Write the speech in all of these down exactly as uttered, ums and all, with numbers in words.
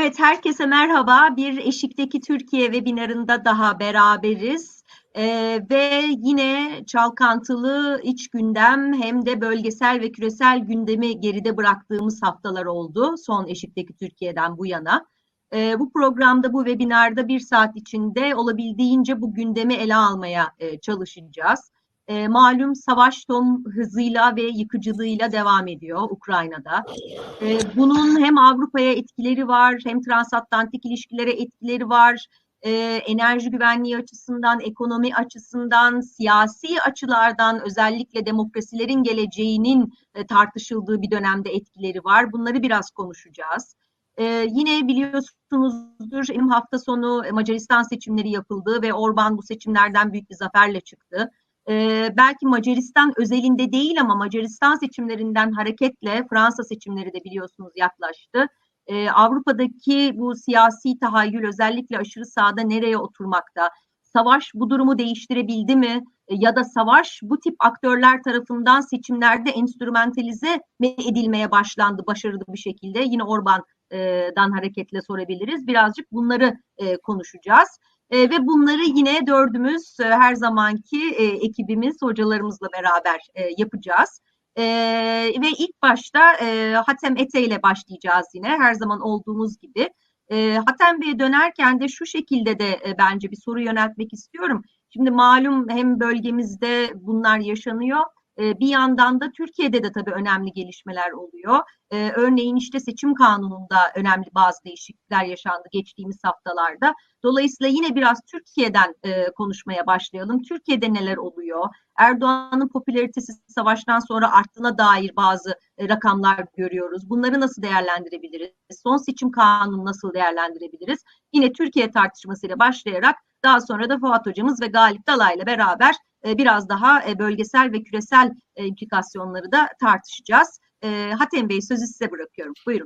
Evet, herkese merhaba. Bir Eşik'teki Türkiye webinarında daha beraberiz. Ee, ve yine çalkantılı iç gündem hem de bölgesel ve küresel gündemi geride bıraktığımız haftalar oldu son Eşik'teki Türkiye'den bu yana. Ee, bu programda, bu webinarda bir saat içinde olabildiğince bu gündemi ele almaya e, çalışacağız. E, malum savaş tüm hızıyla ve yıkıcılığıyla devam ediyor Ukrayna'da. Ee, bunun hem Avrupa'ya etkileri var, hem transatlantik ilişkilere etkileri var. Ee, enerji güvenliği açısından, ekonomi açısından, siyasi açılardan özellikle demokrasilerin geleceğinin e, tartışıldığı bir dönemde etkileri var. Bunları biraz konuşacağız. Ee, yine biliyorsunuzdur, hem hafta sonu Macaristan seçimleri yapıldı ve Orban bu seçimlerden büyük bir zaferle çıktı. Ee, belki Macaristan özelinde değil ama Macaristan seçimlerinden hareketle Fransa seçimleri de biliyorsunuz yaklaştı. Ee, Avrupa'daki bu siyasi tahayyül özellikle aşırı sağda nereye oturmakta? Savaş bu durumu değiştirebildi mi? E, ya da savaş bu tip aktörler tarafından seçimlerde enstrümantalize mi edilmeye başlandı başarılı bir şekilde? Yine Orban'dan hareketle sorabiliriz. Birazcık bunları e, konuşacağız. E, ve bunları yine dördümüz e, her zamanki e, ekibimiz, hocalarımızla beraber e, yapacağız. E, ve ilk başta e, Hatem Ete ile başlayacağız yine her zaman olduğumuz gibi. E, Hatem Bey'e dönerken de şu şekilde de e, bence bir soru yöneltmek istiyorum. Şimdi malum hem bölgemizde bunlar yaşanıyor. E, bir yandan da Türkiye'de de tabii önemli gelişmeler oluyor. E, örneğin işte seçim kanununda önemli bazı değişiklikler yaşandı geçtiğimiz haftalarda. Dolayısıyla yine biraz Türkiye'den e, konuşmaya başlayalım. Türkiye'de neler oluyor? Erdoğan'ın popülaritesi savaştan sonra arttığına dair bazı e, rakamlar görüyoruz. Bunları nasıl değerlendirebiliriz? Son seçim kanunu nasıl değerlendirebiliriz? Yine Türkiye tartışmasıyla başlayarak daha sonra da Fuat Hocamız ve Galip Dalay'la beraber e, biraz daha e, bölgesel ve küresel e, implikasyonları da tartışacağız. E, Hatem Bey, sözü size bırakıyorum. Buyurun.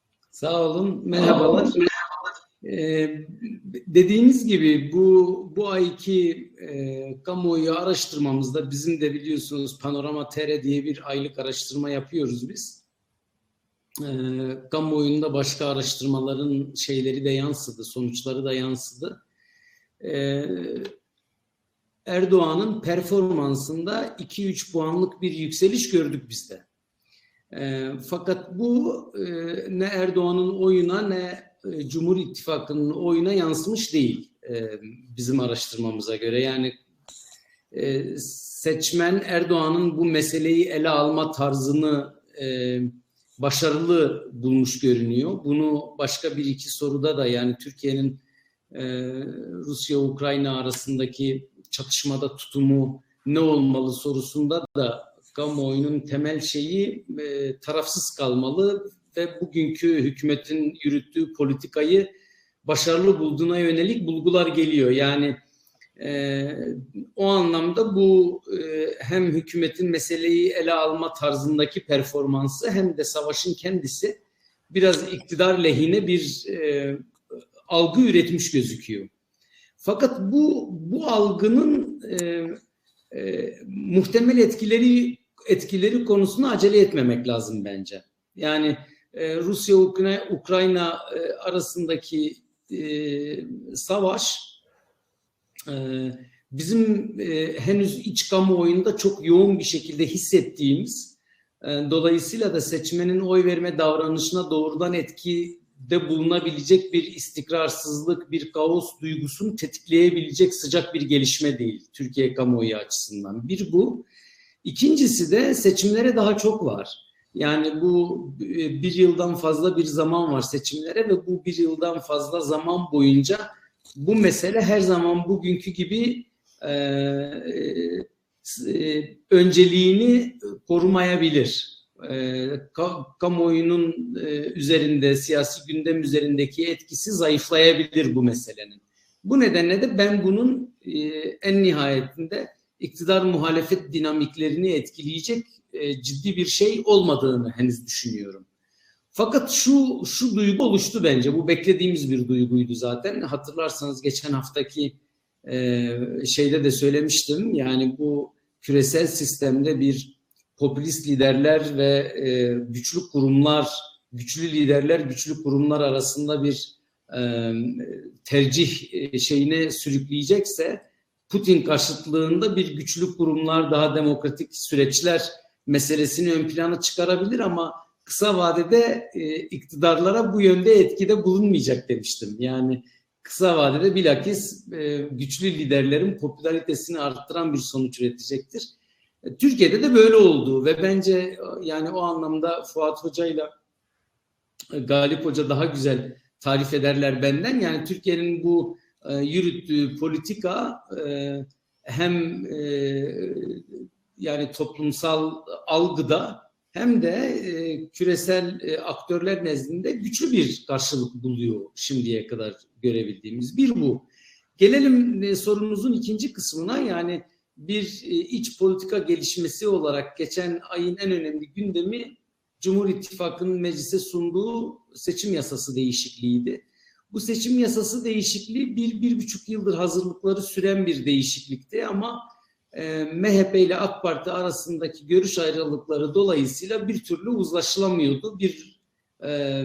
Sağ olun, merhabalar. Ee, dediğiniz gibi bu bu ayki e, kamuoyu araştırmamızda bizim de biliyorsunuz Panorama T R diye bir aylık araştırma yapıyoruz biz. Ee, kamuoyunda başka araştırmaların şeyleri de yansıdı, sonuçları da yansıdı. Ee, Erdoğan'ın performansında iki üç puanlık bir yükseliş gördük biz de. E, fakat bu e, ne Erdoğan'ın oyuna ne e, Cumhur İttifakı'nın oyuna yansımış değil e, bizim araştırmamıza göre. Yani e, seçmen Erdoğan'ın bu meseleyi ele alma tarzını e, başarılı bulmuş görünüyor. Bunu başka bir iki soruda da, yani Türkiye'nin e, Rusya-Ukrayna arasındaki çatışmada tutumu ne olmalı sorusunda da kamuoyunun temel şeyi e, tarafsız kalmalı ve bugünkü hükümetin yürüttüğü politikayı başarılı bulduğuna yönelik bulgular geliyor. Yani e, o anlamda bu e, hem hükümetin meseleyi ele alma tarzındaki performansı hem de savaşın kendisi biraz iktidar lehine bir e, algı üretmiş gözüküyor. Fakat bu bu algının e, e, muhtemel etkileri etkileri konusunda acele etmemek lazım bence. Yani e, Rusya-Ukrayna e, arasındaki e, savaş e, bizim e, henüz iç kamuoyunda çok yoğun bir şekilde hissettiğimiz, e, dolayısıyla da seçmenin oy verme davranışına doğrudan etki de bulunabilecek bir istikrarsızlık, bir kaos duygusunu tetikleyebilecek sıcak bir gelişme değil Türkiye kamuoyu açısından. Bir bu. İkincisi de seçimlere daha çok var. Yani bu bir yıldan fazla bir zaman var seçimlere ve bu bir yıldan fazla zaman boyunca bu mesele her zaman bugünkü gibi e, e, önceliğini korumayabilir. E, kamuoyunun e, üzerinde, siyasi gündem üzerindeki etkisi zayıflayabilir bu meselenin. Bu nedenle de ben bunun e, en nihayetinde iktidar muhalefet dinamiklerini etkileyecek e, ciddi bir şey olmadığını henüz düşünüyorum. Fakat şu şu duygu oluştu bence. Bu beklediğimiz bir duyguydu zaten. Hatırlarsanız geçen haftaki e, şeyde de söylemiştim. Yani bu küresel sistemde bir popülist liderler ve e, güçlü kurumlar güçlü liderler, güçlü kurumlar arasında bir e, tercih şeyine sürükleyecekse, Putin karşıtlığında bir güçlü kurumlar, daha demokratik süreçler meselesini ön plana çıkarabilir ama kısa vadede e, iktidarlara bu yönde etkide bulunmayacak demiştim. Yani kısa vadede bilakis e, güçlü liderlerin popülaritesini arttıran bir sonuç üretecektir. E, Türkiye'de de böyle oldu ve bence yani o anlamda Fuat Hoca ile Galip Hoca daha güzel tarif ederler benden. Yani Türkiye'nin bu e, yürüttüğü politika e, hem e, yani toplumsal algıda hem de e, küresel e, aktörler nezdinde güçlü bir karşılık buluyor şimdiye kadar görebildiğimiz. Bir bu. Gelelim e, sorunuzun ikinci kısmına, yani bir e, iç politika gelişmesi olarak geçen ayın en önemli gündemi Cumhur İttifakı'nın meclise sunduğu seçim yasası değişikliğiydi. Bu seçim yasası değişikliği bir, bir buçuk yıldır hazırlıkları süren bir değişiklikti ama e, M H P ile AK Parti arasındaki görüş ayrılıkları dolayısıyla bir türlü uzlaşılamıyordu. Bir e,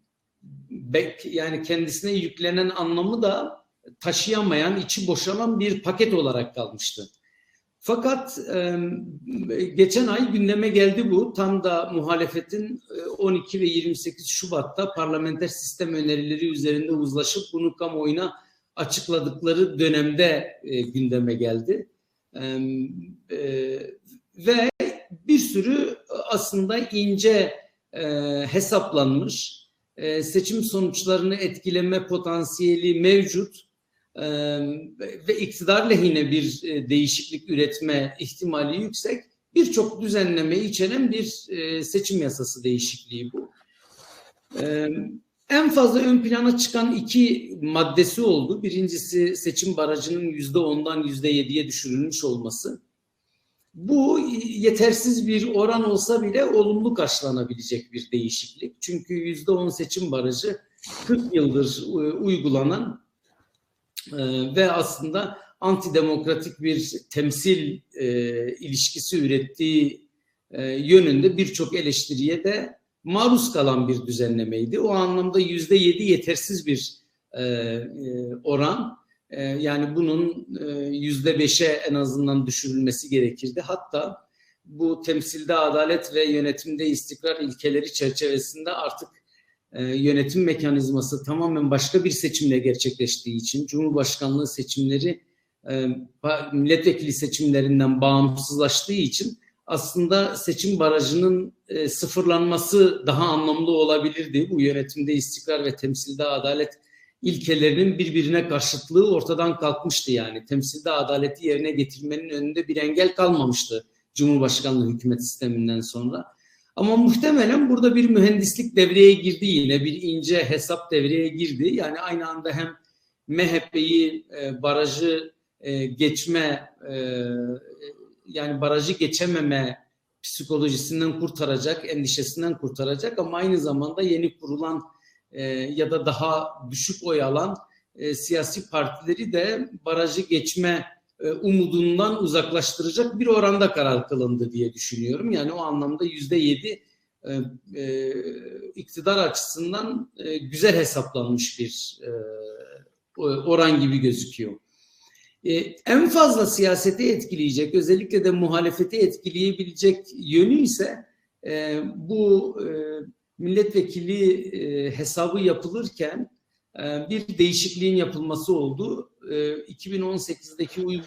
bek, yani kendisine yüklenen anlamı da taşıyamayan, içi boşalan bir paket olarak kalmıştı. Fakat e, geçen ay gündeme geldi bu. Tam da muhalefetin on iki ve yirmi sekiz Şubat'ta parlamenter sistem önerileri üzerinde uzlaşıp bunu kamuoyuna açıkladıkları dönemde e, gündeme geldi. E, e, ve bir sürü aslında ince e, hesaplanmış, e, seçim sonuçlarını etkileme potansiyeli mevcut Ee, ve iktidar lehine bir e, değişiklik üretme ihtimali yüksek birçok düzenlemeyi içeren bir e, seçim yasası değişikliği bu. Ee, en fazla ön plana çıkan iki maddesi oldu. Birincisi seçim barajının yüzde ondan yüzde yediye düşürülmüş olması. Bu yetersiz bir oran olsa bile olumlu karşılanabilecek bir değişiklik. Çünkü yüzde on seçim barajı kırk yıldır uygulanan ve aslında antidemokratik bir temsil e, ilişkisi ürettiği e, yönünde birçok eleştiriye de maruz kalan bir düzenlemeydi. O anlamda yüzde yedi yetersiz bir e, e, oran. E, yani bunun yüzde beşe en azından düşürülmesi gerekirdi. Hatta bu temsilde adalet ve yönetimde istikrar ilkeleri çerçevesinde artık yönetim mekanizması tamamen başka bir seçimle gerçekleştiği için Cumhurbaşkanlığı seçimleri milletvekili seçimlerinden bağımsızlaştığı için aslında seçim barajının sıfırlanması daha anlamlı olabilirdi. Bu yönetimde istikrar ve temsilde adalet ilkelerinin birbirine karşıtlığı ortadan kalkmıştı yani. Temsilde adaleti yerine getirmenin önünde bir engel kalmamıştı Cumhurbaşkanlığı hükümet sisteminden sonra. Ama muhtemelen burada bir mühendislik devreye girdi, yine bir ince hesap devreye girdi. Yani aynı anda hem M H P'yi e, barajı e, geçme, e, yani barajı geçememe psikolojisinden kurtaracak, endişesinden kurtaracak ama aynı zamanda yeni kurulan e, ya da daha düşük oy alan e, siyasi partileri de barajı geçme umudundan uzaklaştıracak bir oranda karar kılındı diye düşünüyorum. Yani o anlamda yüzde yedi e, e, iktidar açısından e, güzel hesaplanmış bir e, oran gibi gözüküyor. E, en fazla siyaseti etkileyecek, özellikle de muhalefeti etkileyebilecek yönü ise e, bu e, milletvekili e, hesabı yapılırken bir değişikliğin yapılması oldu. iki bin on sekizdeki uy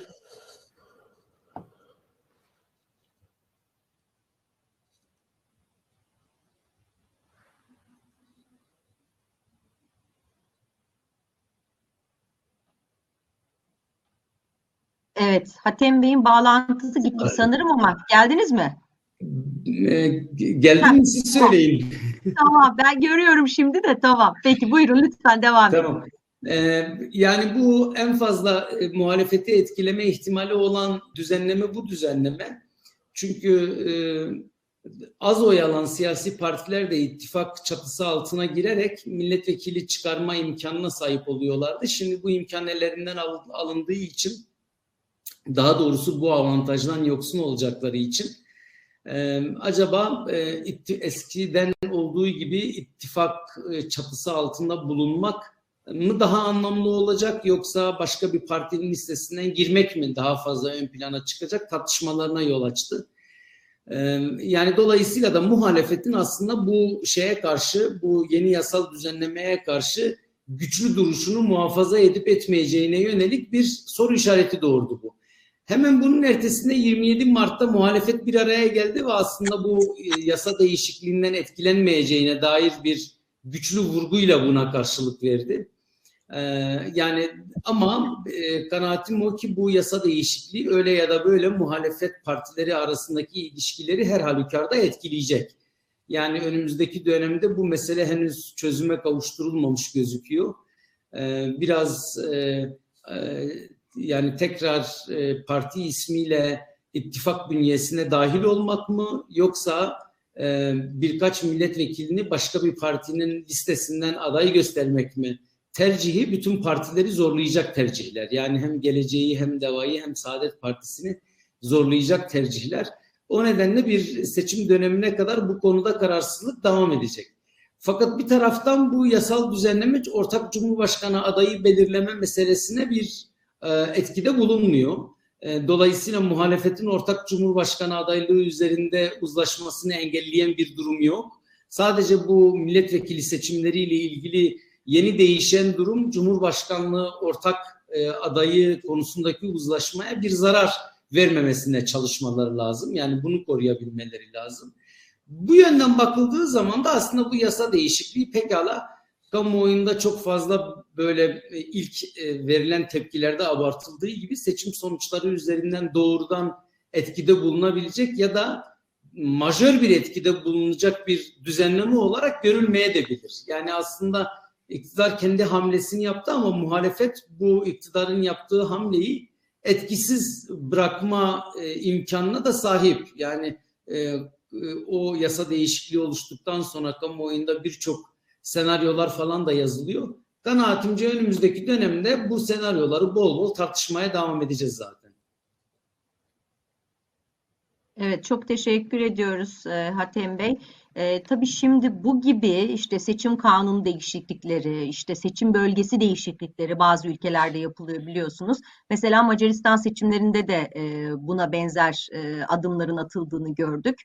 Evet, Hatem Bey'in bağlantısı gitti sanırım ama geldiniz mi? Geldi mi siz söyleyin. Tamam, ben görüyorum şimdi de, tamam. Peki buyurun lütfen devam edin. Tamam. Ee, yani bu en fazla e, muhalefeti etkileme ihtimali olan düzenleme bu düzenleme. Çünkü e, az oy alan siyasi partiler de ittifak çatısı altına girerek milletvekili çıkarma imkanına sahip oluyorlardı. Şimdi bu imkan ellerinden al, alındığı için, daha doğrusu bu avantajdan yoksun olacakları için Ee, acaba e, itti, eskiden olduğu gibi ittifak e, çatısı altında bulunmak mı daha anlamlı olacak, yoksa başka bir partinin listesinden girmek mi daha fazla ön plana çıkacak tartışmalarına yol açtı. Ee, yani dolayısıyla da muhalefetin aslında bu şeye karşı, bu yeni yasal düzenlemeye karşı güçlü duruşunu muhafaza edip etmeyeceğine yönelik bir soru işareti doğurdu bu. Hemen bunun ertesinde yirmi yedi Mart'ta muhalefet bir araya geldi ve aslında bu yasa değişikliğinden etkilenmeyeceğine dair bir güçlü vurguyla buna karşılık verdi. Ee, yani ama e, kanaatim o ki bu yasa değişikliği öyle ya da böyle muhalefet partileri arasındaki ilişkileri her halükarda etkileyecek. Yani önümüzdeki dönemde bu mesele henüz çözüme kavuşturulmamış gözüküyor. Ee, biraz e, e, yani tekrar e, parti ismiyle ittifak bünyesine dahil olmak mı, yoksa e, birkaç milletvekilini başka bir partinin listesinden aday göstermek mi? Tercihi bütün partileri zorlayacak tercihler. Yani hem Geleceği hem Deva'yı hem Saadet Partisi'ni zorlayacak tercihler. O nedenle bir seçim dönemine kadar bu konuda kararsızlık devam edecek. Fakat bir taraftan bu yasal düzenleme ortak Cumhurbaşkanı adayı belirleme meselesine bir e, etkide bulunmuyor. E, dolayısıyla muhalefetin ortak Cumhurbaşkanı adaylığı üzerinde uzlaşmasını engelleyen bir durum yok. Sadece bu milletvekili seçimleriyle ilgili yeni değişen durum Cumhurbaşkanlığı ortak e, adayı konusundaki uzlaşmaya bir zarar vermemesine çalışmaları lazım. Yani bunu koruyabilmeleri lazım. Bu yönden bakıldığı zaman da aslında bu yasa değişikliği pekala kamuoyunda çok fazla böyle ilk e, verilen tepkilerde abartıldığı gibi seçim sonuçları üzerinden doğrudan etkide bulunabilecek ya da majör bir etkide bulunacak bir düzenleme olarak görülmeyebilir. Yani aslında iktidar kendi hamlesini yaptı ama muhalefet bu iktidarın yaptığı hamleyi etkisiz bırakma e, imkanına da sahip. Yani e, o yasa değişikliği oluştuktan sonra kamuoyunda birçok senaryolar falan da yazılıyor. Kanaatimce önümüzdeki dönemde bu senaryoları bol bol tartışmaya devam edeceğiz zaten. Evet, çok teşekkür ediyoruz e, Hatem Bey. E, tabii şimdi bu gibi işte seçim kanunu değişiklikleri, işte seçim bölgesi değişiklikleri bazı ülkelerde yapılıyor biliyorsunuz. Mesela Macaristan seçimlerinde de e, buna benzer e, adımların atıldığını gördük.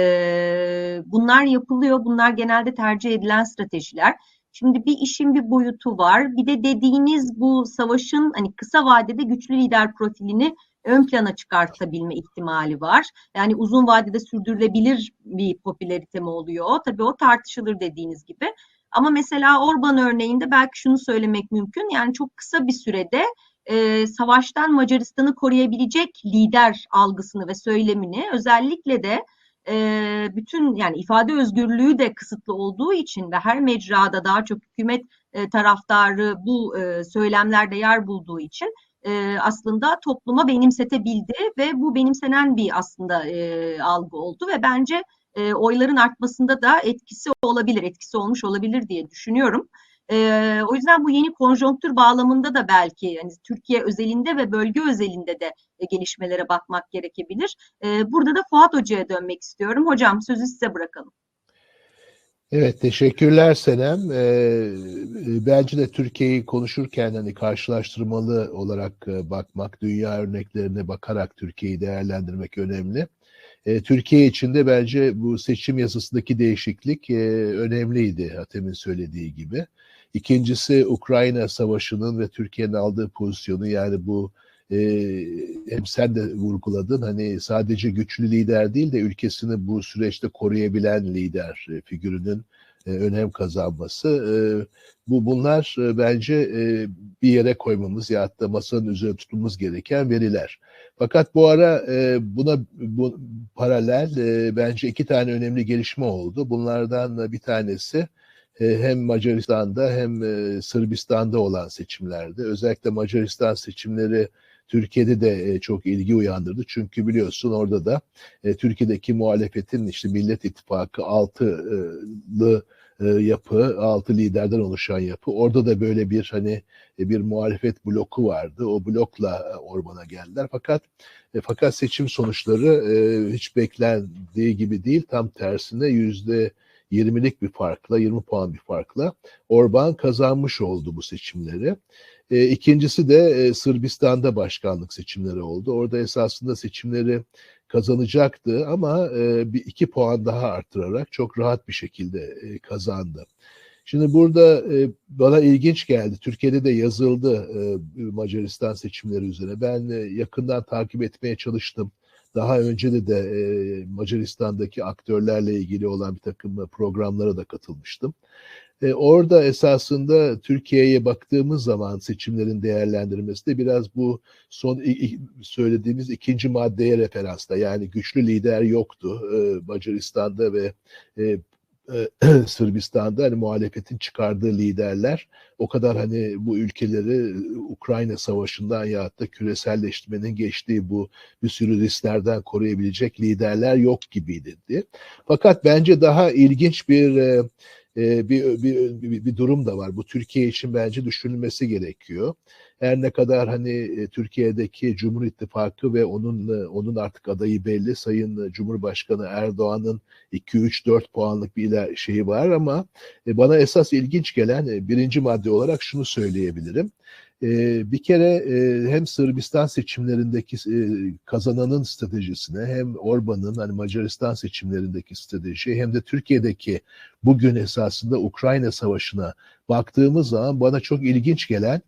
E, bunlar yapılıyor, bunlar genelde tercih edilen stratejiler. Şimdi bir işin bir boyutu var. Bir de dediğiniz bu savaşın hani kısa vadede güçlü lider profilini ön plana çıkartabilme ihtimali var. Yani uzun vadede sürdürülebilir bir popülarite mi oluyor? Tabii o tartışılır dediğiniz gibi. Ama mesela Orban örneğinde belki şunu söylemek mümkün. Yani çok kısa bir sürede e, savaştan Macaristan'ı koruyabilecek lider algısını ve söylemini, özellikle de e, bütün yani ifade özgürlüğü de kısıtlı olduğu için ve her mecrada daha çok hükümet e, taraftarı bu e, söylemlerde yer bulduğu için e, aslında topluma benimsetebildi ve bu benimsenen bir aslında e, algı oldu ve bence e, oyların artmasında da etkisi olabilir, etkisi olmuş olabilir diye düşünüyorum. E, o yüzden bu yeni konjonktür bağlamında da belki yani Türkiye özelinde ve bölge özelinde de e, gelişmelere bakmak gerekebilir. E, burada da Fuat Hoca'ya dönmek istiyorum. Hocam sözü size bırakalım. Evet, teşekkürler Senem. Ee, bence de Türkiye'yi konuşurken hani karşılaştırmalı olarak e, bakmak, dünya örneklerine bakarak Türkiye'yi değerlendirmek önemli. Ee, Türkiye için de bence bu seçim yasasındaki değişiklik e, önemliydi, Hatem'in söylediği gibi. İkincisi Ukrayna Savaşı'nın ve Türkiye'nin aldığı pozisyonu, yani bu e, hem sen de vurguladın, hani sadece güçlü lider değil de ülkesini bu süreçte koruyabilen lider e, figürünün e, önem kazanması. E, bu bunlar e, bence e, bir yere koymamız ya da masanın üzerine tutmamız gereken veriler. Fakat bu ara e, buna bu, paralel e, bence iki tane önemli gelişme oldu. Bunlardan bir tanesi hem Macaristan'da hem Sırbistan'da olan seçimlerde, özellikle Macaristan seçimleri Türkiye'de de çok ilgi uyandırdı. Çünkü biliyorsun orada da Türkiye'deki muhalefetin işte Millet İttifakı altılı e, yapı, altı liderden oluşan yapı. Orada da böyle bir hani e, bir muhalefet bloku vardı. O blokla e, Orban'a geldiler. Fakat e, fakat seçim sonuçları e, hiç beklendiği gibi değil. Tam tersine yüzde yirmilik bir farkla, yirmi puan bir farkla Orban kazanmış oldu bu seçimleri. E, ikincisi de e, Sırbistan'da başkanlık seçimleri oldu. Orada esasında seçimleri kazanacaktı ama e, bir iki puan daha artırarak çok rahat bir şekilde e, kazandı. Şimdi burada e, bana ilginç geldi. Türkiye'de de yazıldı e, Macaristan seçimleri üzerine. Ben e, yakından takip etmeye çalıştım. Daha önce de de e, Macaristan'daki aktörlerle ilgili olan bir takım programlara da katılmıştım. E, orada esasında Türkiye'ye baktığımız zaman seçimlerin değerlendirmesi de biraz bu son i, söylediğimiz ikinci maddeye referansla. Yani güçlü lider yoktu e, Macaristan'da ve e, Sırbistan'da hani muhalefetin çıkardığı liderler o kadar hani bu ülkeleri Ukrayna Savaşı'ndan ya da küreselleşmenin geçtiği bu bir sürü risklerden koruyabilecek liderler yok gibiydi diye. Fakat bence daha ilginç bir bir, bir, bir, bir durum da var. Bu Türkiye için bence düşünülmesi gerekiyor. Her ne kadar hani Türkiye'deki Cumhur İttifakı ve onun onun artık adayı belli. Sayın Cumhurbaşkanı Erdoğan'ın iki üç dört puanlık bir şeyi var ama bana esas ilginç gelen birinci madde olarak şunu söyleyebilirim. Bir kere hem Sırbistan seçimlerindeki kazananın stratejisine hem Orban'ın hani Macaristan seçimlerindeki strateji hem de Türkiye'deki bugün esasında Ukrayna Savaşı'na baktığımız zaman bana çok ilginç gelen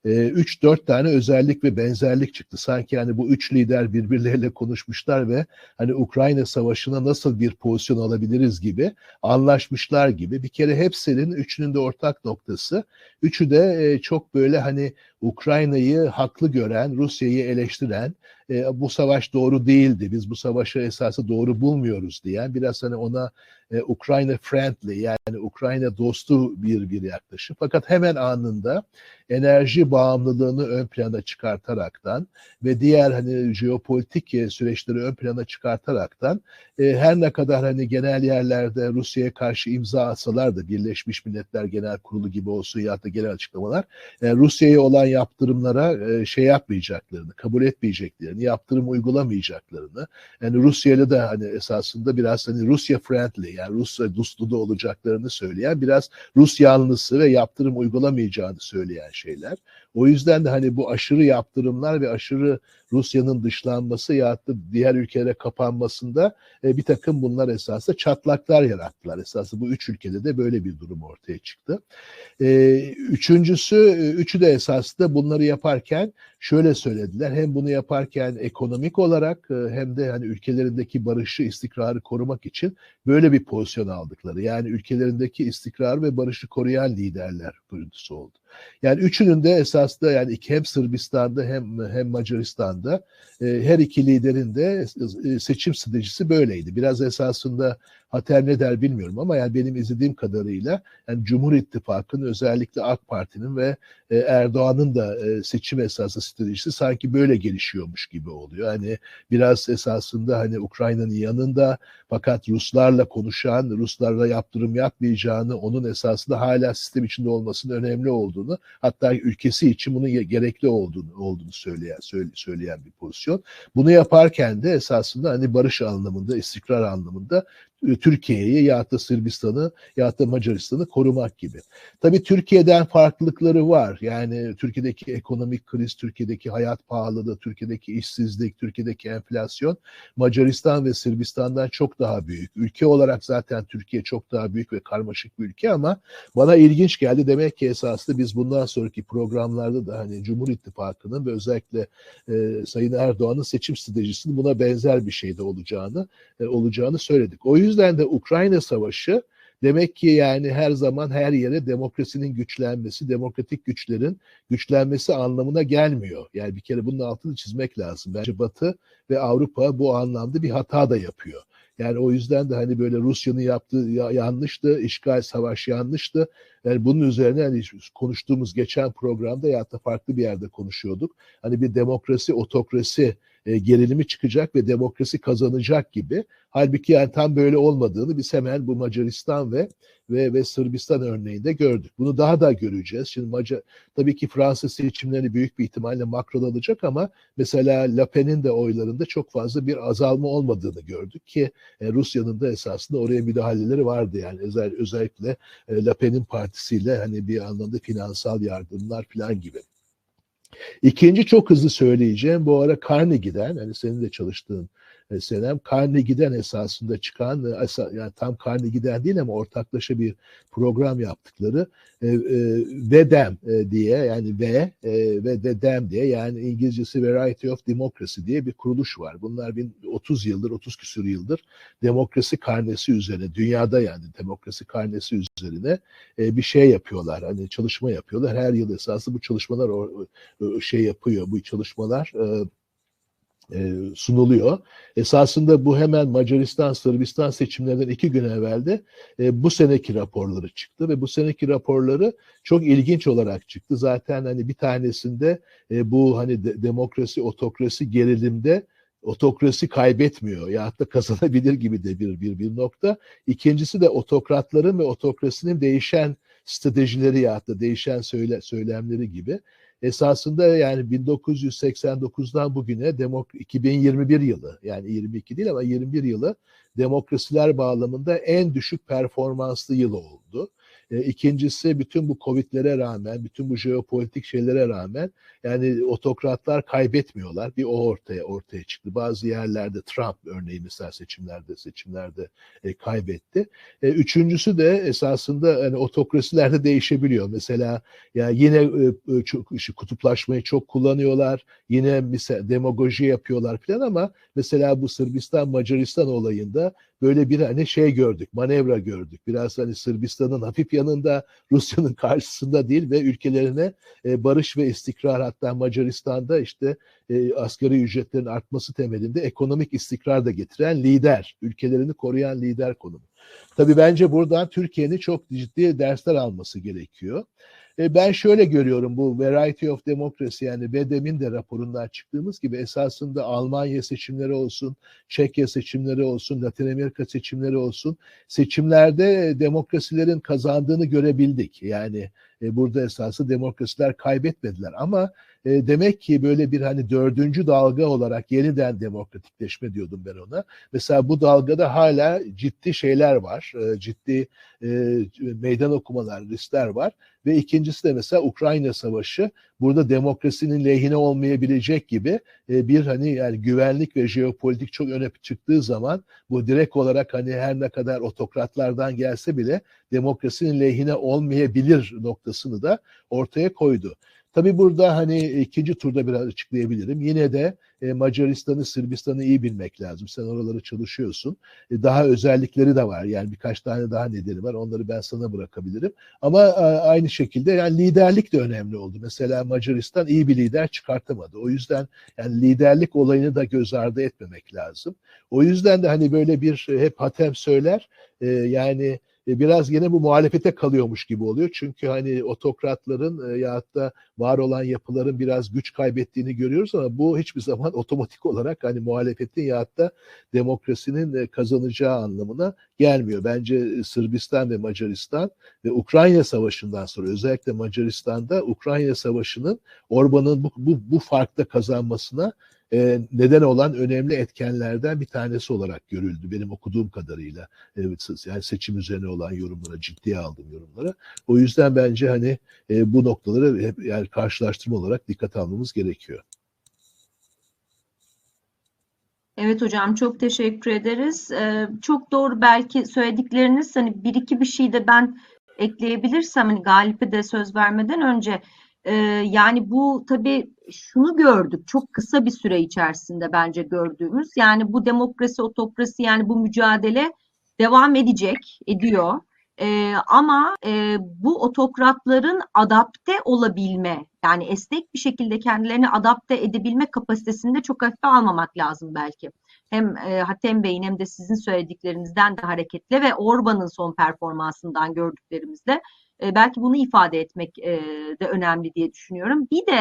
üç dört tane özellik ve benzerlik çıktı. Sanki hani bu üç lider birbirleriyle konuşmuşlar ve hani Ukrayna Savaşı'na nasıl bir pozisyon alabiliriz gibi anlaşmışlar gibi. Bir kere hepsinin üçünün de ortak noktası. Üçü de çok böyle hani Ukrayna'yı haklı gören, Rusya'yı eleştiren, e, bu savaş doğru değildi, biz bu savaşı esası doğru bulmuyoruz diyen, biraz hani ona e, Ukrayna friendly yani Ukrayna dostu bir bir yaklaşım. Fakat hemen anında enerji bağımlılığını ön plana çıkartaraktan ve diğer hani jeopolitik süreçleri ön plana çıkartaraktan e, her ne kadar hani genel yerlerde Rusya'ya karşı imza atsalar da Birleşmiş Milletler Genel Kurulu gibi olsun ya da genel açıklamalar e, Rusya'ya olan yaptırımlara e, şey yapmayacaklarını, kabul etmeyeceklerini, yaptırım uygulamayacaklarını, yani Rusya'yla da hani esasında biraz hani Rusya friendly yani Rusya dostu da olacaklarını söyleyen, biraz Rus yanlısı ve yaptırım uygulamayacağını söyleyen şeyler. O yüzden de hani bu aşırı yaptırımlar ve aşırı Rusya'nın dışlanması ya da diğer ülkelere kapanmasında e, bir takım bunlar esasında çatlaklar yarattılar. Esasında bu üç ülkede de böyle bir durum ortaya çıktı. E, üçüncüsü, üçü de esasında bunları yaparken şöyle söylediler. Hem bunu yaparken ekonomik olarak hem de hani ülkelerindeki barışı, istikrarı korumak için böyle bir pozisyon aldıkları. Yani ülkelerindeki istikrarı ve barışı koruyan liderler görüntüsü oldu. Yani üçünün de esasında yani hem Sırbistan'da hem hem Macaristan'da e, her iki liderin de e, seçim stratejisi böyleydi. Biraz esasında Hatem ne der bilmiyorum ama yani benim izlediğim kadarıyla yani Cumhur İttifakı'nın özellikle AK Parti'nin ve e, Erdoğan'ın da e, seçim esası stratejisi sanki böyle gelişiyormuş gibi oluyor. Hani biraz esasında hani Ukrayna'nın yanında fakat Ruslarla konuşan, Ruslarla yaptırım yapmayacağını, onun esasında hala sistem içinde olmasının önemli olduğunu, hatta ülkesi için bunun gerekli olduğunu olduğunu söyleyen söyleyen bir pozisyon. Bunu yaparken de esasında hani barış anlamında, istikrar anlamında Türkiye'yi ya da Sırbistan'ı ya da Macaristan'ı korumak gibi. Tabii Türkiye'den farklılıkları var. Yani Türkiye'deki ekonomik kriz, Türkiye'deki hayat pahalılığı, Türkiye'deki işsizlik, Türkiye'deki enflasyon Macaristan ve Sırbistan'dan çok daha büyük. Ülke olarak zaten Türkiye çok daha büyük ve karmaşık bir ülke ama bana ilginç geldi. Demek ki esasında biz bundan sonraki programlarda da hani Cumhur İttifakı'nın ve özellikle e, Sayın Erdoğan'ın seçim stratejisinin buna benzer bir şeyde olacağını e, olacağını söyledik. O yüzden O yüzden de Ukrayna Savaşı demek ki yani her zaman her yere demokrasinin güçlenmesi, demokratik güçlerin güçlenmesi anlamına gelmiyor. Yani bir kere bunun altını çizmek lazım. Bence Batı ve Avrupa bu anlamda bir hata da yapıyor. Yani o yüzden de hani böyle Rusya'nın yaptığı yanlıştı, işgal savaş yanlıştı. Yani bunun üzerine hani konuştuğumuz geçen programda ya da farklı bir yerde konuşuyorduk. Hani bir demokrasi, otokrasi e, gerilimi çıkacak ve demokrasi kazanacak gibi. Halbuki yani tam böyle olmadığını biz hemen bu Macaristan ve ve ve Sırbistan örneğinde gördük. Bunu daha da göreceğiz. Şimdi Macar, tabii ki Fransa seçimlerini büyük bir ihtimalle Macron alacak ama mesela Le Pen'in de oylarında çok fazla bir azalma olmadığını gördük ki e, Rusya'nın da esasında oraya müdahaleleri vardı yani özel, özellikle e, Le Pen'in partisiyle hani bir anlamda finansal yardımlar falan gibi. İkinci çok hızlı söyleyeceğim bu ara Carnegie'den hani senin de çalıştığın e, Senem Carnegie'den esasında çıkan e, yani tam Carnegie'den değil ama ortaklaşa bir program yaptıkları e, e, VEDEM e, diye yani V e, ve VEDEM diye yani İngilizcesi Variety of Democracy diye bir kuruluş var. Bunlar otuz yıldır otuz küsur yıldır demokrasi karnesi üzerine dünyada yani demokrasi karnesi üzerine e, bir şey yapıyorlar. Hani çalışma yapıyorlar. Her yıl esası bu çalışmalar o, o, şey yapıyor. Bu çalışmalar e, E, sunuluyor. Esasında bu hemen Macaristan, Sırbistan seçimlerinden iki gün evvelde e, bu seneki raporları çıktı ve bu seneki raporları çok ilginç olarak çıktı. Zaten hani bir tanesinde e, bu hani de, demokrasi, otokrasi gerilimde otokrasi kaybetmiyor ya da kazanabilir gibi de bir, bir, bir nokta. İkincisi de otokratların ve otokrasinin değişen stratejileri ya da değişen söyle, söylemleri gibi. Esasında yani bin dokuz yüz seksen dokuzdan bugüne demok iki bin yirmi bir yılı yani yirmi iki değil ama yirmi bir yılı demokrasiler bağlamında en düşük performanslı yıl oldu. E, ikincisi bütün bu Covid'lere rağmen, bütün bu jeopolitik şeylere rağmen yani otokratlar kaybetmiyorlar. Bir o ortaya ortaya çıktı. Bazı yerlerde Trump örneğin mesela seçimlerde seçimlerde e, kaybetti. E, üçüncüsü de esasında yani otokrasilerde değişebiliyor. Mesela yani yine e, çok, işte, kutuplaşmayı çok kullanıyorlar. Yine mesela demagoji yapıyorlar falan ama mesela bu Sırbistan Macaristan olayında böyle bir hani şey gördük, manevra gördük. Biraz hani Sırbistan'ın hafif yanında, Rusya'nın karşısında değil ve ülkelerine e, barış ve istikrar hatta Macaristan'da işte e, asgari ücretlerin artması temelinde ekonomik istikrar da getiren lider, ülkelerini koruyan lider konumu. Tabii bence buradan Türkiye'nin çok ciddi dersler alması gerekiyor. Ben şöyle görüyorum bu Variety of Democracy yani VEDEM'in de raporundan çıktığımız gibi esasında Almanya seçimleri olsun, Çekya seçimleri olsun, Latin Amerika seçimleri olsun seçimlerde demokrasilerin kazandığını görebildik. Yani burada esası demokrasiler kaybetmediler ama e, demek ki böyle bir hani dördüncü dalga olarak yeniden demokratikleşme diyordum ben ona. Mesela bu dalgada hala ciddi şeyler var, e, ciddi e, meydan okumalar, riskler var ve ikincisi de mesela Ukrayna Savaşı burada demokrasinin lehine olmayabilecek gibi e, bir hani yani güvenlik ve jeopolitik çok öne çıktığı zaman bu direkt olarak hani her ne kadar otokratlardan gelse bile demokrasinin lehine olmayabilir noktasını da ortaya koydu. Tabii burada hani ikinci turda biraz açıklayabilirim. Yine de e, Macaristan'ı, Sırbistan'ı iyi bilmek lazım. Sen oraları çalışıyorsun. E, daha özellikleri de var. Yani birkaç tane daha nedeni var. Onları ben sana bırakabilirim. Ama e, aynı şekilde yani liderlik de önemli oldu. Mesela Macaristan iyi bir lider çıkartamadı. O yüzden yani liderlik olayını da göz ardı etmemek lazım. O yüzden de hani böyle bir hep Hatem söyler. E, yani biraz yine bu muhalefete kalıyormuş gibi oluyor. Çünkü hani otokratların e, ya da var olan yapıların biraz güç kaybettiğini görüyoruz ama bu hiçbir zaman otomatik olarak hani muhalefetin ya da demokrasinin e, kazanacağı anlamına gelmiyor. Bence Sırbistan ve Macaristan ve Ukrayna Savaşı'ndan sonra özellikle Macaristan'da Ukrayna Savaşı'nın Orban'ın bu, bu, bu farkta kazanmasına e, neden olan önemli etkenlerden bir tanesi olarak görüldü benim okuduğum kadarıyla. Evet, yani seçim üzerine olan yorumlara, ciddiye aldığım yorumlara. O yüzden bence hani e, bu noktaları hep yani karşılaştırma olarak dikkat almamız gerekiyor. Evet hocam çok teşekkür ederiz. Ee, çok doğru belki söyledikleriniz hani bir iki bir şey de ben ekleyebilirsem hani Galip'e de söz vermeden önce e, yani bu tabii şunu gördük çok kısa bir süre içerisinde bence gördüğümüz yani bu demokrasi otokrasi yani bu mücadele devam edecek ediyor. Ee, ama e, bu otokratların adapte olabilme yani esnek bir şekilde kendilerini adapte edebilme kapasitesini de çok hafife almamak lazım belki. Hem e, Hatem Bey'in hem de sizin söylediklerinizden de hareketle ve Orban'ın son performansından gördüklerimizle e, belki bunu ifade etmek e, de önemli diye düşünüyorum. Bir de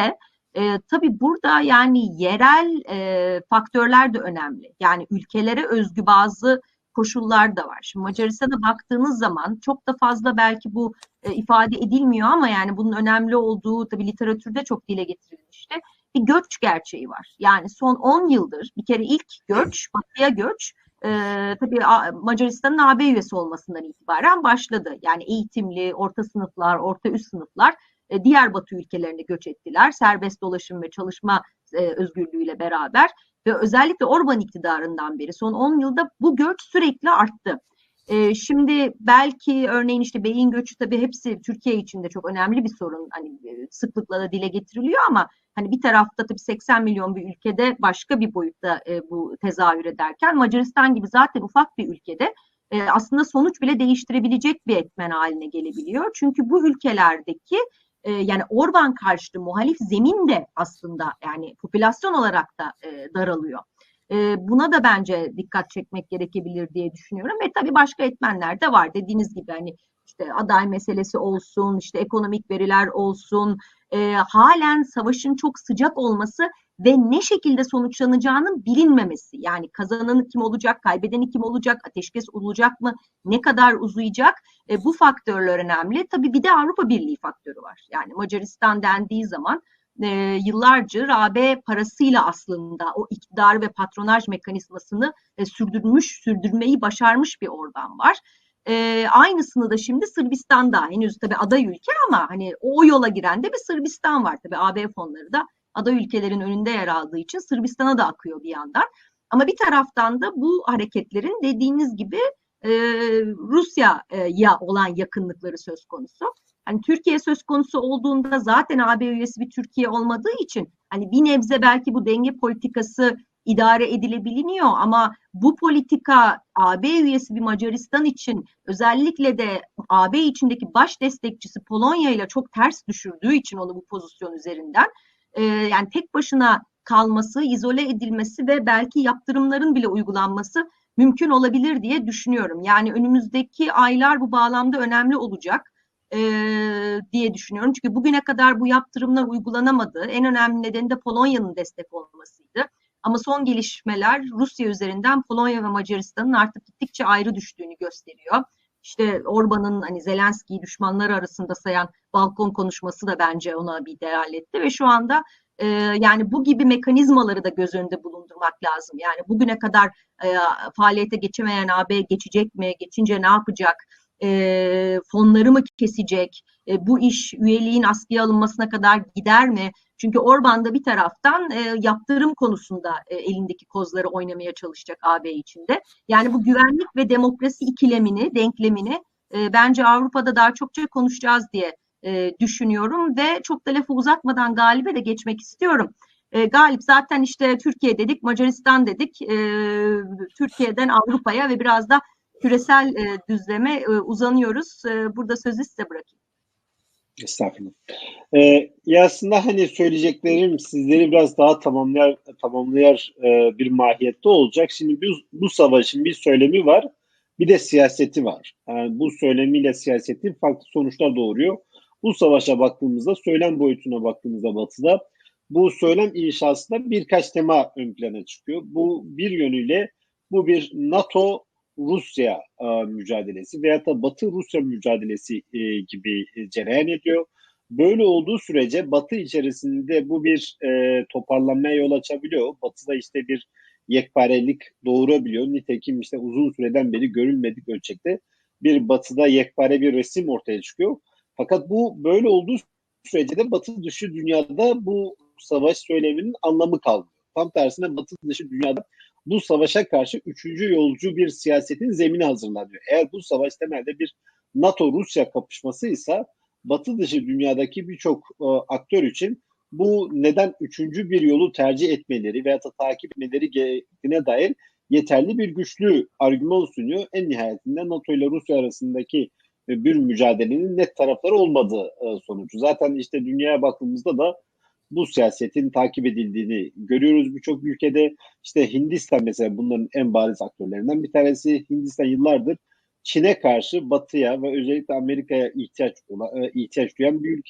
E, tabii burada yani yerel e, faktörler de önemli. Yani ülkelere özgü bazı koşullar da var. Şimdi Macaristan'a baktığınız zaman çok da fazla belki bu e, ifade edilmiyor ama yani bunun önemli olduğu tabii literatürde çok dile getirilmişti. Bir göç gerçeği var. Yani son on yıldır bir kere ilk göç, batıya göç e, tabii Macaristan'ın A B üyesi olmasından itibaren başladı. Yani eğitimli, orta sınıflar, orta üst sınıflar e, diğer Batı ülkelerine göç ettiler. Serbest dolaşım ve çalışma e, özgürlüğüyle beraber ve özellikle Orban iktidarından beri son on yılda bu göç sürekli arttı. E, şimdi belki örneğin işte beyin göçü tabii hepsi Türkiye için de çok önemli bir sorun. Hani e, sıklıkla da dile getiriliyor ama hani bir tarafta tabii seksen milyon bir ülkede başka bir boyutta e, bu tezahür ederken Macaristan gibi zaten ufak bir ülkede e, aslında sonuç bile değiştirebilecek bir etmen haline gelebiliyor. Çünkü bu ülkelerdeki e, yani Orban karşıtı muhalif zemin de aslında yani popülasyon olarak da e, daralıyor. E, buna da bence dikkat çekmek gerekebilir diye düşünüyorum ve tabii başka etmenler de var. Dediğiniz gibi hani işte aday meselesi olsun, işte ekonomik veriler olsun, e, halen savaşın çok sıcak olması ve ne şekilde sonuçlanacağının bilinmemesi. Yani kazananı kim olacak, kaybedeni kim olacak, ateşkes olacak mı, ne kadar uzayacak? E, bu faktörler önemli. Tabii bir de Avrupa Birliği faktörü var. Yani Macaristan dendiği zaman e, yıllarca A B parasıyla aslında o iktidar ve patronaj mekanizmasını e, sürdürmüş, sürdürmeyi başarmış bir Orban var. E, aynısını da şimdi Sırbistan'da henüz tabii aday ülke ama hani o yola giren de bir Sırbistan var. Tabii A B fonları da aday ülkelerin önünde yer aldığı için Sırbistan'a da akıyor bir yandan. Ama bir taraftan da bu hareketlerin dediğiniz gibi e, Rusya'ya olan yakınlıkları söz konusu. Hani Türkiye söz konusu olduğunda zaten A B üyesi bir Türkiye olmadığı için hani bir nebze belki bu denge politikası idare edilebiliyor ama bu politika A B üyesi bir Macaristan için özellikle de A B içindeki baş destekçisi Polonya ile çok ters düşürdüğü için onu bu pozisyon üzerinden e, yani tek başına kalması, izole edilmesi ve belki yaptırımların bile uygulanması mümkün olabilir diye düşünüyorum. Yani önümüzdeki aylar bu bağlamda önemli olacak e, diye düşünüyorum. Çünkü bugüne kadar bu yaptırımlar uygulanamadı. En önemli nedeni de Polonya'nın destek olmasıydı. Ama son gelişmeler Rusya üzerinden Polonya ve Macaristan'ın artık gittikçe ayrı düştüğünü gösteriyor. İşte Orban'ın hani Zelenski'yi düşmanları arasında sayan balkon konuşması da bence ona bir delalet etti ve şu anda e, yani bu gibi mekanizmaları da göz önünde bulundurmak lazım. Yani bugüne kadar e, faaliyete geçemeyen A B geçecek mi? Geçince ne yapacak? E, fonları mı kesecek? E, bu iş üyeliğin askıya alınmasına kadar gider mi? Çünkü Orban da bir taraftan e, yaptırım konusunda e, elindeki kozları oynamaya çalışacak A B içinde. Yani bu güvenlik ve demokrasi ikilemini, denklemini e, bence Avrupa'da daha çokça konuşacağız diye e, düşünüyorum ve çok da lafı uzatmadan Galip'e de geçmek istiyorum. E, Galip zaten işte Türkiye dedik, Macaristan dedik, e, Türkiye'den Avrupa'ya ve biraz da küresel e, düzleme e, uzanıyoruz. E, burada sözü size bırakayım. Estağfurullah. Ee, ya aslında hani söyleyeceklerim sizleri biraz daha tamamlayar tamamlayar e, bir mahiyette olacak. Şimdi bu, bu savaşın bir söylemi var, bir de siyaseti var. Yani bu söylemiyle siyaseti farklı sonuçlar doğuruyor. Bu savaşa baktığımızda, söylem boyutuna baktığımızda Batı'da bu söylem inşasında birkaç tema ön plana çıkıyor. Bu bir yönüyle bu bir NATO Rusya e, mücadelesi veyahut da Batı Rusya mücadelesi e, gibi e, cereyan ediyor. Böyle olduğu sürece Batı içerisinde bu bir e, toparlanmaya yol açabiliyor. Batı'da işte bir yekparelik doğurabiliyor. Nitekim işte uzun süreden beri görülmedik ölçekte bir Batı'da yekpare bir resim ortaya çıkıyor. Fakat bu böyle olduğu sürece de Batı dışı dünyada bu savaş söyleminin anlamı kalmıyor. Tam tersine Batı dışı dünyada bu savaşa karşı üçüncü yolcu bir siyasetin zemini hazırlanıyor. Eğer bu savaş temelde bir NATO-Rusya kapışmasıysa Batı dışı dünyadaki birçok e, aktör için bu neden üçüncü bir yolu tercih etmeleri veya da takip etmeleri gerektiğine dair yeterli bir güçlü argüman sunuyor. En nihayetinde NATO ile Rusya arasındaki e, bir mücadelenin net tarafları olmadığı e, sonucu. Zaten işte dünyaya baktığımızda da bu siyasetin takip edildiğini görüyoruz birçok ülkede. İşte Hindistan mesela bunların en bariz aktörlerinden bir tanesi. Hindistan yıllardır Çin'e karşı Batı'ya ve özellikle Amerika'ya ihtiyaç olan, ihtiyaç duyan bir ülke.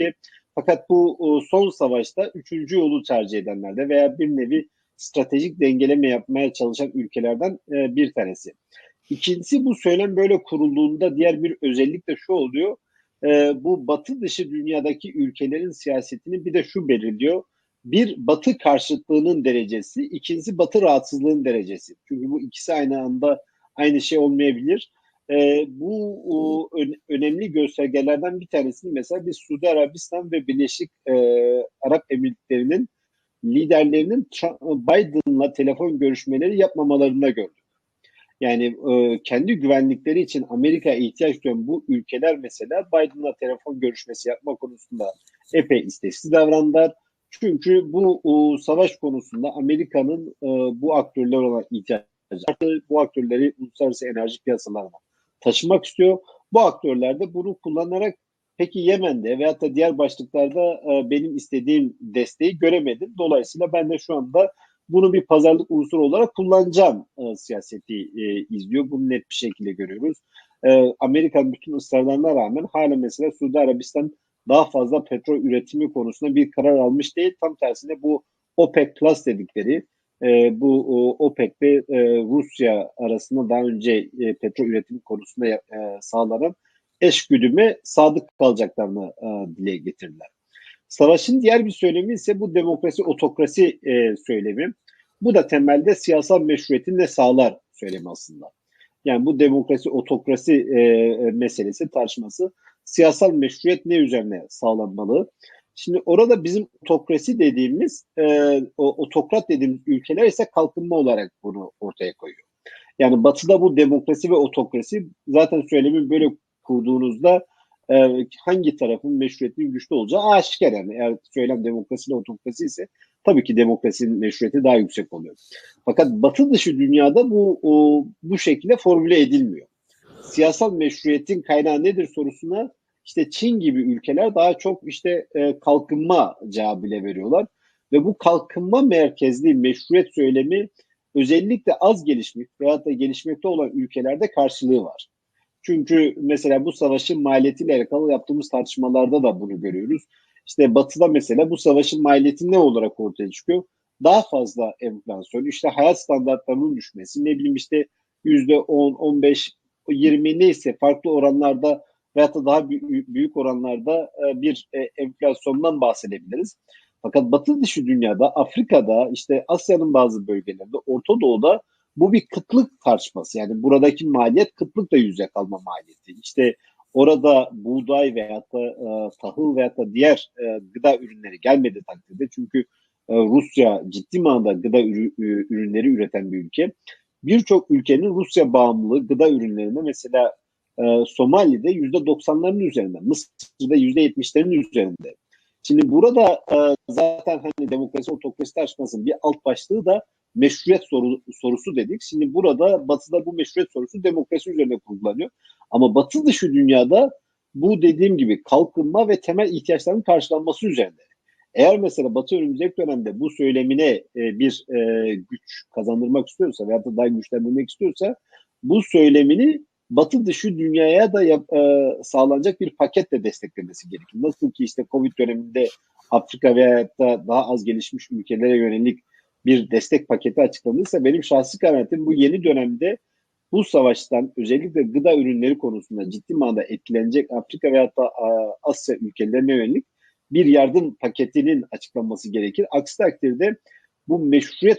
Fakat bu e, son savaşta üçüncü yolu tercih edenlerde veya bir nevi stratejik dengeleme yapmaya çalışan ülkelerden e, bir tanesi. İkincisi, bu söylem böyle kurulduğunda diğer bir özellik de şu oluyor. E, bu batı dışı dünyadaki ülkelerin siyasetini bir de şu belirliyor. Bir, batı karşıtlığının derecesi, ikincisi batı rahatsızlığının derecesi. Çünkü bu ikisi aynı anda aynı şey olmayabilir. E, bu o, ön, önemli göstergelerden bir tanesini mesela biz Suudi Arabistan ve Birleşik e, Arap Emirlikleri'nin liderlerinin Biden'la telefon görüşmeleri yapmamalarına gördük. Yani e, kendi güvenlikleri için Amerika'ya ihtiyaç duyan bu ülkeler mesela Biden'la telefon görüşmesi yapma konusunda epey isteksiz davrandılar. Çünkü bu o, savaş konusunda Amerika'nın e, bu aktörler olan ihtiyacı artı bu aktörleri uluslararası enerji piyasalarına taşımak istiyor. Bu aktörler de bunu kullanarak peki Yemen'de veyahut da diğer başlıklarda e, benim istediğim desteği göremedim. Dolayısıyla ben de şu anda bunu bir pazarlık unsuru olarak kullanacağım e, siyaseti e, izliyor. Bunu net bir şekilde görüyoruz. E, Amerika'nın bütün ısrarlarına rağmen hala mesela Suudi Arabistan daha fazla petrol üretimi konusunda bir karar almış değil. Tam tersine bu OPEC Plus dedikleri e, bu o, OPEC ve e, Rusya arasında daha önce e, petrol üretimi konusunda e, sağlanan eşgüdüme sadık kalacaklarını e, dile getirdiler. Savaşın diğer bir söylemi ise bu demokrasi otokrasi e, söylemi. Bu da temelde siyasal meşruiyeti ne sağlar söylemi aslında. Yani bu demokrasi otokrasi e, meselesi tartışması siyasal meşruiyet ne üzerine sağlanmalı? Şimdi orada bizim otokrasi dediğimiz e, o, otokrat dediğimiz ülkeler ise kalkınma olarak bunu ortaya koyuyor. Yani Batı'da bu demokrasi ve otokrasi zaten söylemi böyle kurduğunuzda e, hangi tarafın meşruiyetinin güçlü olacağı aşikar yani. Eğer söylem demokrasi ile otokrasi ise tabii ki demokrasinin meşruiyeti daha yüksek oluyor. Fakat Batı dışı dünyada bu o, bu şekilde formüle edilmiyor. Siyasal meşruiyetin kaynağı nedir sorusuna işte Çin gibi ülkeler daha çok işte e, kalkınma cevabıyla veriyorlar. Ve bu kalkınma merkezli meşruiyet söylemi özellikle az gelişmiş veyahut da gelişmekte olan ülkelerde karşılığı var. Çünkü mesela bu savaşın maliyetiyle alakalı yaptığımız tartışmalarda da bunu görüyoruz. İşte Batı'da mesela bu savaşın maliyeti ne olarak ortaya çıkıyor? Daha fazla enflasyon, işte hayat standartlarının düşmesi, ne bileyim işte yüzde on, on beş, yirmi neyse farklı oranlarda veyahut da daha büyük oranlarda bir enflasyondan bahsedebiliriz. Fakat Batı dışı dünyada, Afrika'da, işte Asya'nın bazı bölgelerinde, Orta Doğu'da bu bir kıtlık tartışması. Yani buradaki maliyet kıtlıkla yüzde kalma maliyeti. İşte orada buğday veyahut da e, tahıl veyahut da diğer e, gıda ürünleri gelmedi takdirde. Çünkü e, Rusya ciddi manada gıda ürü, ürünleri üreten bir ülke. Birçok ülkenin Rusya bağımlılığı gıda ürünlerinde mesela e, Somali'de yüzde doksanların üzerinde, Mısır'da yüzde yetmişlerin üzerinde. Şimdi burada e, zaten hani demokrasi otokrasi tartışmasının bir alt başlığı da meşruiyet soru, sorusu dedik. Şimdi burada Batı'da bu meşruiyet sorusu demokrasi üzerine kurgulanıyor. Ama Batı dışı dünyada bu dediğim gibi kalkınma ve temel ihtiyaçların karşılanması üzerinde. Eğer mesela Batı önümüzdeki dönemde bu söylemine e, bir e, güç kazandırmak istiyorsa veya da daha güçlendirmek istiyorsa bu söylemini Batı dışı dünyaya da yap, e, sağlanacak bir paketle desteklemesi gerekir. Nasıl ki işte Covid döneminde Afrika veya da daha az gelişmiş ülkelere yönelik bir destek paketi açıklanırsa benim şahsi kanaatim bu yeni dönemde bu savaştan özellikle gıda ürünleri konusunda ciddi manada etkilenecek Afrika veya da Asya ülkelerine yönelik bir yardım paketinin açıklanması gerekir. Aksi takdirde bu meşruiyet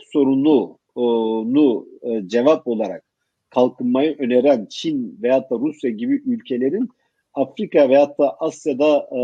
sorununu e, cevap olarak kalkınmayı öneren Çin veyahut da Rusya gibi ülkelerin Afrika veyahut da Asya'da e,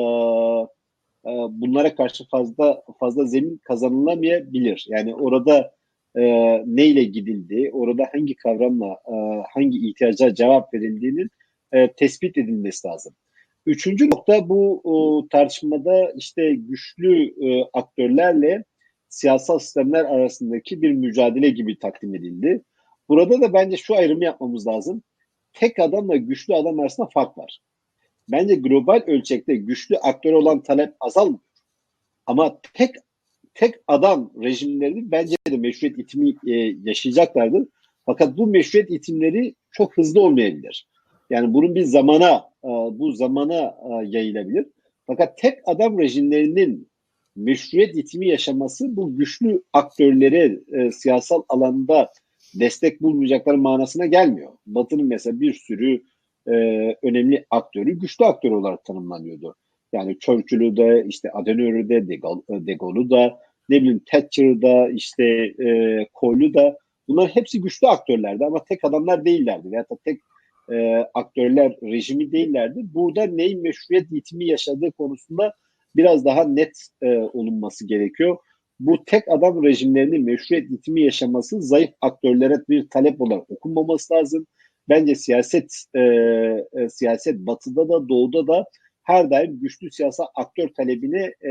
e, bunlara karşı fazla fazla zemin kazanılamayabilir. Yani orada e, neyle gidildi, orada hangi kavramla, e, hangi ihtiyaca cevap verildiğinin e, tespit edilmesi lazım. Üçüncü nokta bu o, tartışmada işte güçlü e, aktörlerle siyasal sistemler arasındaki bir mücadele gibi takdim edildi. Burada da bence şu ayrımı yapmamız lazım. Tek adamla güçlü adam arasında fark var. Bence global ölçekte güçlü aktör olan talep azalmıyor. Ama tek tek adam rejimleri bence de meşruiyet itimi e, yaşayacaklardır. Fakat bu meşruiyet itimleri çok hızlı olmayabilir. Yani bunun bir zamana, e, bu zamana e, yayılabilir. Fakat tek adam rejimlerinin meşruiyet yitimi yaşaması bu güçlü aktörlere e, siyasal alanda destek bulmayacakları manasına gelmiyor. Batı'nın mesela bir sürü e, önemli aktörü güçlü aktör olarak tanımlanıyordu. Yani Churchill'u da, işte Adenauer'u da, De Gaulle'u da, ne bileyim Thatcher'ı da, işte e, Kohl'u da, bunlar hepsi güçlü aktörlerdi ama tek adamlar değillerdi veyahut da tek e, aktörler rejimi değillerdi. Burada neyin meşruiyet yitimi yaşadığı konusunda biraz daha net e, olunması gerekiyor. Bu tek adam rejimlerinin meşruiyet yitimi yaşaması zayıf aktörlere bir talep olarak okunmaması lazım. Bence siyaset e, e, siyaset batıda da doğuda da her daim güçlü siyasal aktör talebine e,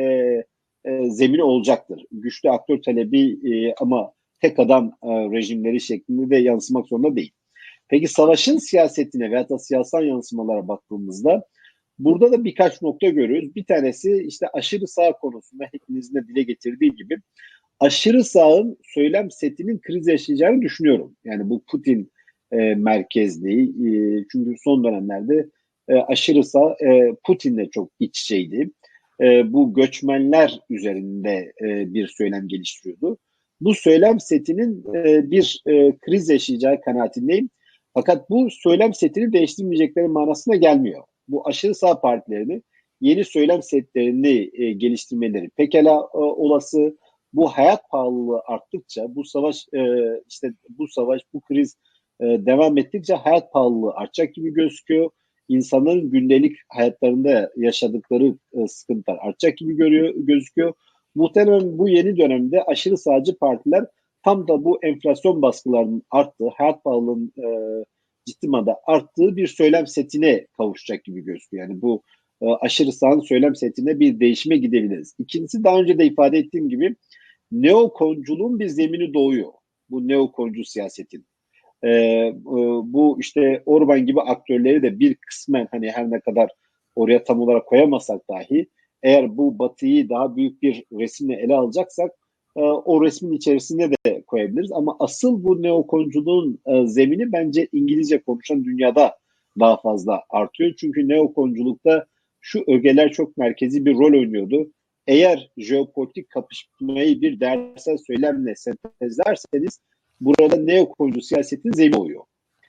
e, zemini olacaktır. Güçlü aktör talebi e, ama tek adam e, rejimleri şeklinde de yansımak zorunda değil. Peki savaşın siyasetine veyahut da siyasal yansımalara baktığımızda burada da birkaç nokta görüyoruz. Bir tanesi işte aşırı sağ konusunda hepinizin de dile getirdiği gibi aşırı sağın söylem setinin kriz yaşayacağını düşünüyorum. Yani bu Putin e, merkezli e, çünkü son dönemlerde e, aşırı sağ e, Putin'le çok iç içeydi. E, bu göçmenler üzerinde e, bir söylem geliştiriyordu. Bu söylem setinin e, bir e, kriz yaşayacağı kanaatindeyim. Fakat bu söylem setini değiştirmeyecekleri manasına gelmiyor. Bu aşırı sağ partilerini yeni söylem setlerini e, geliştirmeleri pekala e, olası. Bu hayat pahalılığı arttıkça, bu savaş e, işte bu savaş, bu kriz e, devam ettikçe hayat pahalılığı artacak gibi gözüküyor. İnsanların gündelik hayatlarında yaşadıkları e, sıkıntılar artacak gibi görüyor, gözüküyor. Muhtemelen bu yeni dönemde aşırı sağcı partiler tam da bu enflasyon baskılarının arttığı, hayat pahalılığının e, ciddi manada arttığı bir söylem setine kavuşacak gibi gözüküyor. Yani bu e, aşırı sağın söylem setine bir değişime gidebiliriz. İkincisi, daha önce de ifade ettiğim gibi neokonculuğun bir zemini doğuyor. Bu neokoncu siyasetin. Ee, e, bu işte Orban gibi aktörleri de bir kısmen, hani her ne kadar oraya tam olarak koyamasak dahi, eğer bu Batı'yı daha büyük bir resimle ele alacaksak e, o resmin içerisine de koyabiliriz. Ama asıl bu neokonculuğun e, zemini bence İngilizce konuşan dünyada daha fazla artıyor. Çünkü neokonculukta şu ögeler çok merkezi bir rol oynuyordu. Eğer jeopolitik kapışmayı bir değersel söylemle sentezlerseniz burada neokoncu siyasetin zemini oluyor.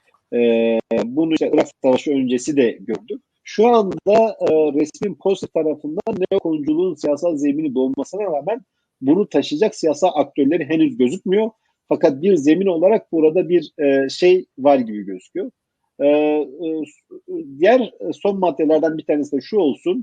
Ee, bunu işte Irak Savaşı öncesi de gördük. Şu anda e, resmin pozitif tarafından neokonculuğun siyasal zemini doğmasına rağmen bunu taşıyacak siyasal aktörleri henüz gözükmüyor. Fakat bir zemin olarak burada bir e, şey var gibi gözüküyor. E, e, diğer son maddelerden bir tanesi de şu olsun.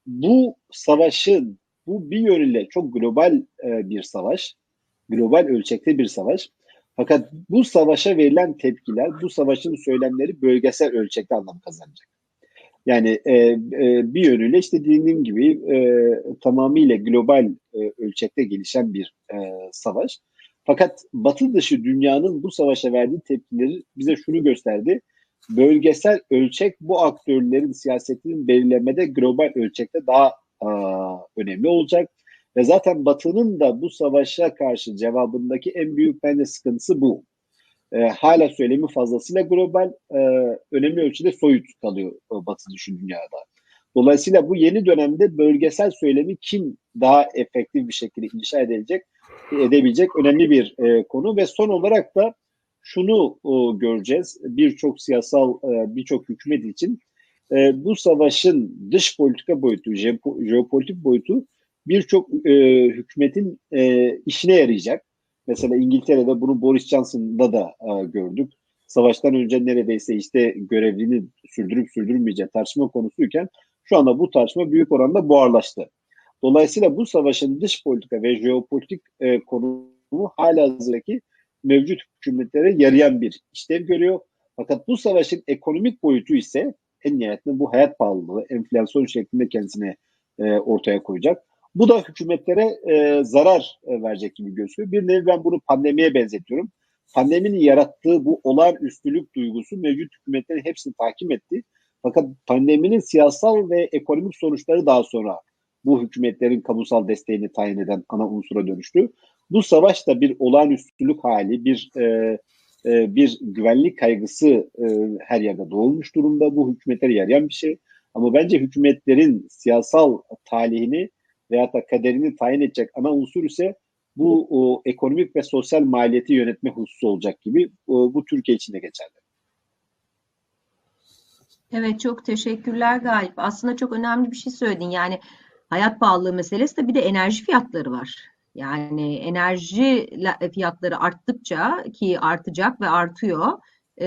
Bu savaşın, bu bir yönüyle çok global e, bir savaş, global ölçekte bir savaş. Fakat bu savaşa verilen tepkiler, bu savaşın söylemleri bölgesel ölçekte anlam kazanacak. Yani e, e, bir yönüyle işte dediğim gibi e, tamamıyla global e, ölçekte gelişen bir e, savaş. Fakat Batı dışı dünyanın bu savaşa verdiği tepkileri bize şunu gösterdi. Bölgesel ölçek bu aktörlerin siyasetinin belirlemede global ölçekte daha aa, önemli olacak. Ve zaten Batı'nın da bu savaşa karşı cevabındaki en büyük bence sıkıntısı bu. E, hala söylemi fazlasıyla global, e, önemli ölçüde soyut kalıyor e, Batı dışı dünyada. Dolayısıyla bu yeni dönemde bölgesel söylemi kim daha efektif bir şekilde inşa edilecek, edebilecek önemli bir e, konu. Ve son olarak da şunu e, göreceğiz. Birçok siyasal, e, birçok hükümet için e, bu savaşın dış politika boyutu, jeopolitik boyutu birçok e, hükümetin e, işine yarayacak. Mesela İngiltere'de bunu Boris Johnson'da da e, gördük. Savaştan önce neredeyse işte görevini sürdürüp sürdürmeyeceği tartışma konusuyken şu anda bu tartışma büyük oranda buharlaştı. Dolayısıyla bu savaşın dış politika ve jeopolitik e, konumu halihazırdaki mevcut hükümetlere yarayan bir işlev görüyor. Fakat bu savaşın ekonomik boyutu ise en nihayetinde bu hayat pahalılığı, enflasyon şeklinde kendisine e, ortaya koyacak. Bu da hükümetlere e, zarar e, verecek gibi gözüküyor. Bir nevi ben bunu pandemiye benzetiyorum. Pandeminin yarattığı bu olağanüstülük duygusu mevcut hükümetlerin hepsini takip etti. Fakat pandeminin siyasal ve ekonomik sonuçları daha sonra bu hükümetlerin kamusal desteğini tayin eden ana unsura dönüştü. Bu savaş da bir olağanüstülük hali, bir e, e, bir güvenlik kaygısı e, her yerde doğulmuş durumda. Bu hükümetlere yarayan bir şey. Ama bence hükümetlerin siyasal talihini veyahut da kaderini tayin edecek ana unsur ise bu o, ekonomik ve sosyal maliyeti yönetme hususu olacak gibi. O, bu Türkiye için de geçerli. Evet, çok teşekkürler Galip. Aslında çok önemli bir şey söyledin. Yani hayat pahalılığı meselesi de bir de enerji fiyatları var. Yani enerji fiyatları arttıkça, ki artacak ve artıyor, e,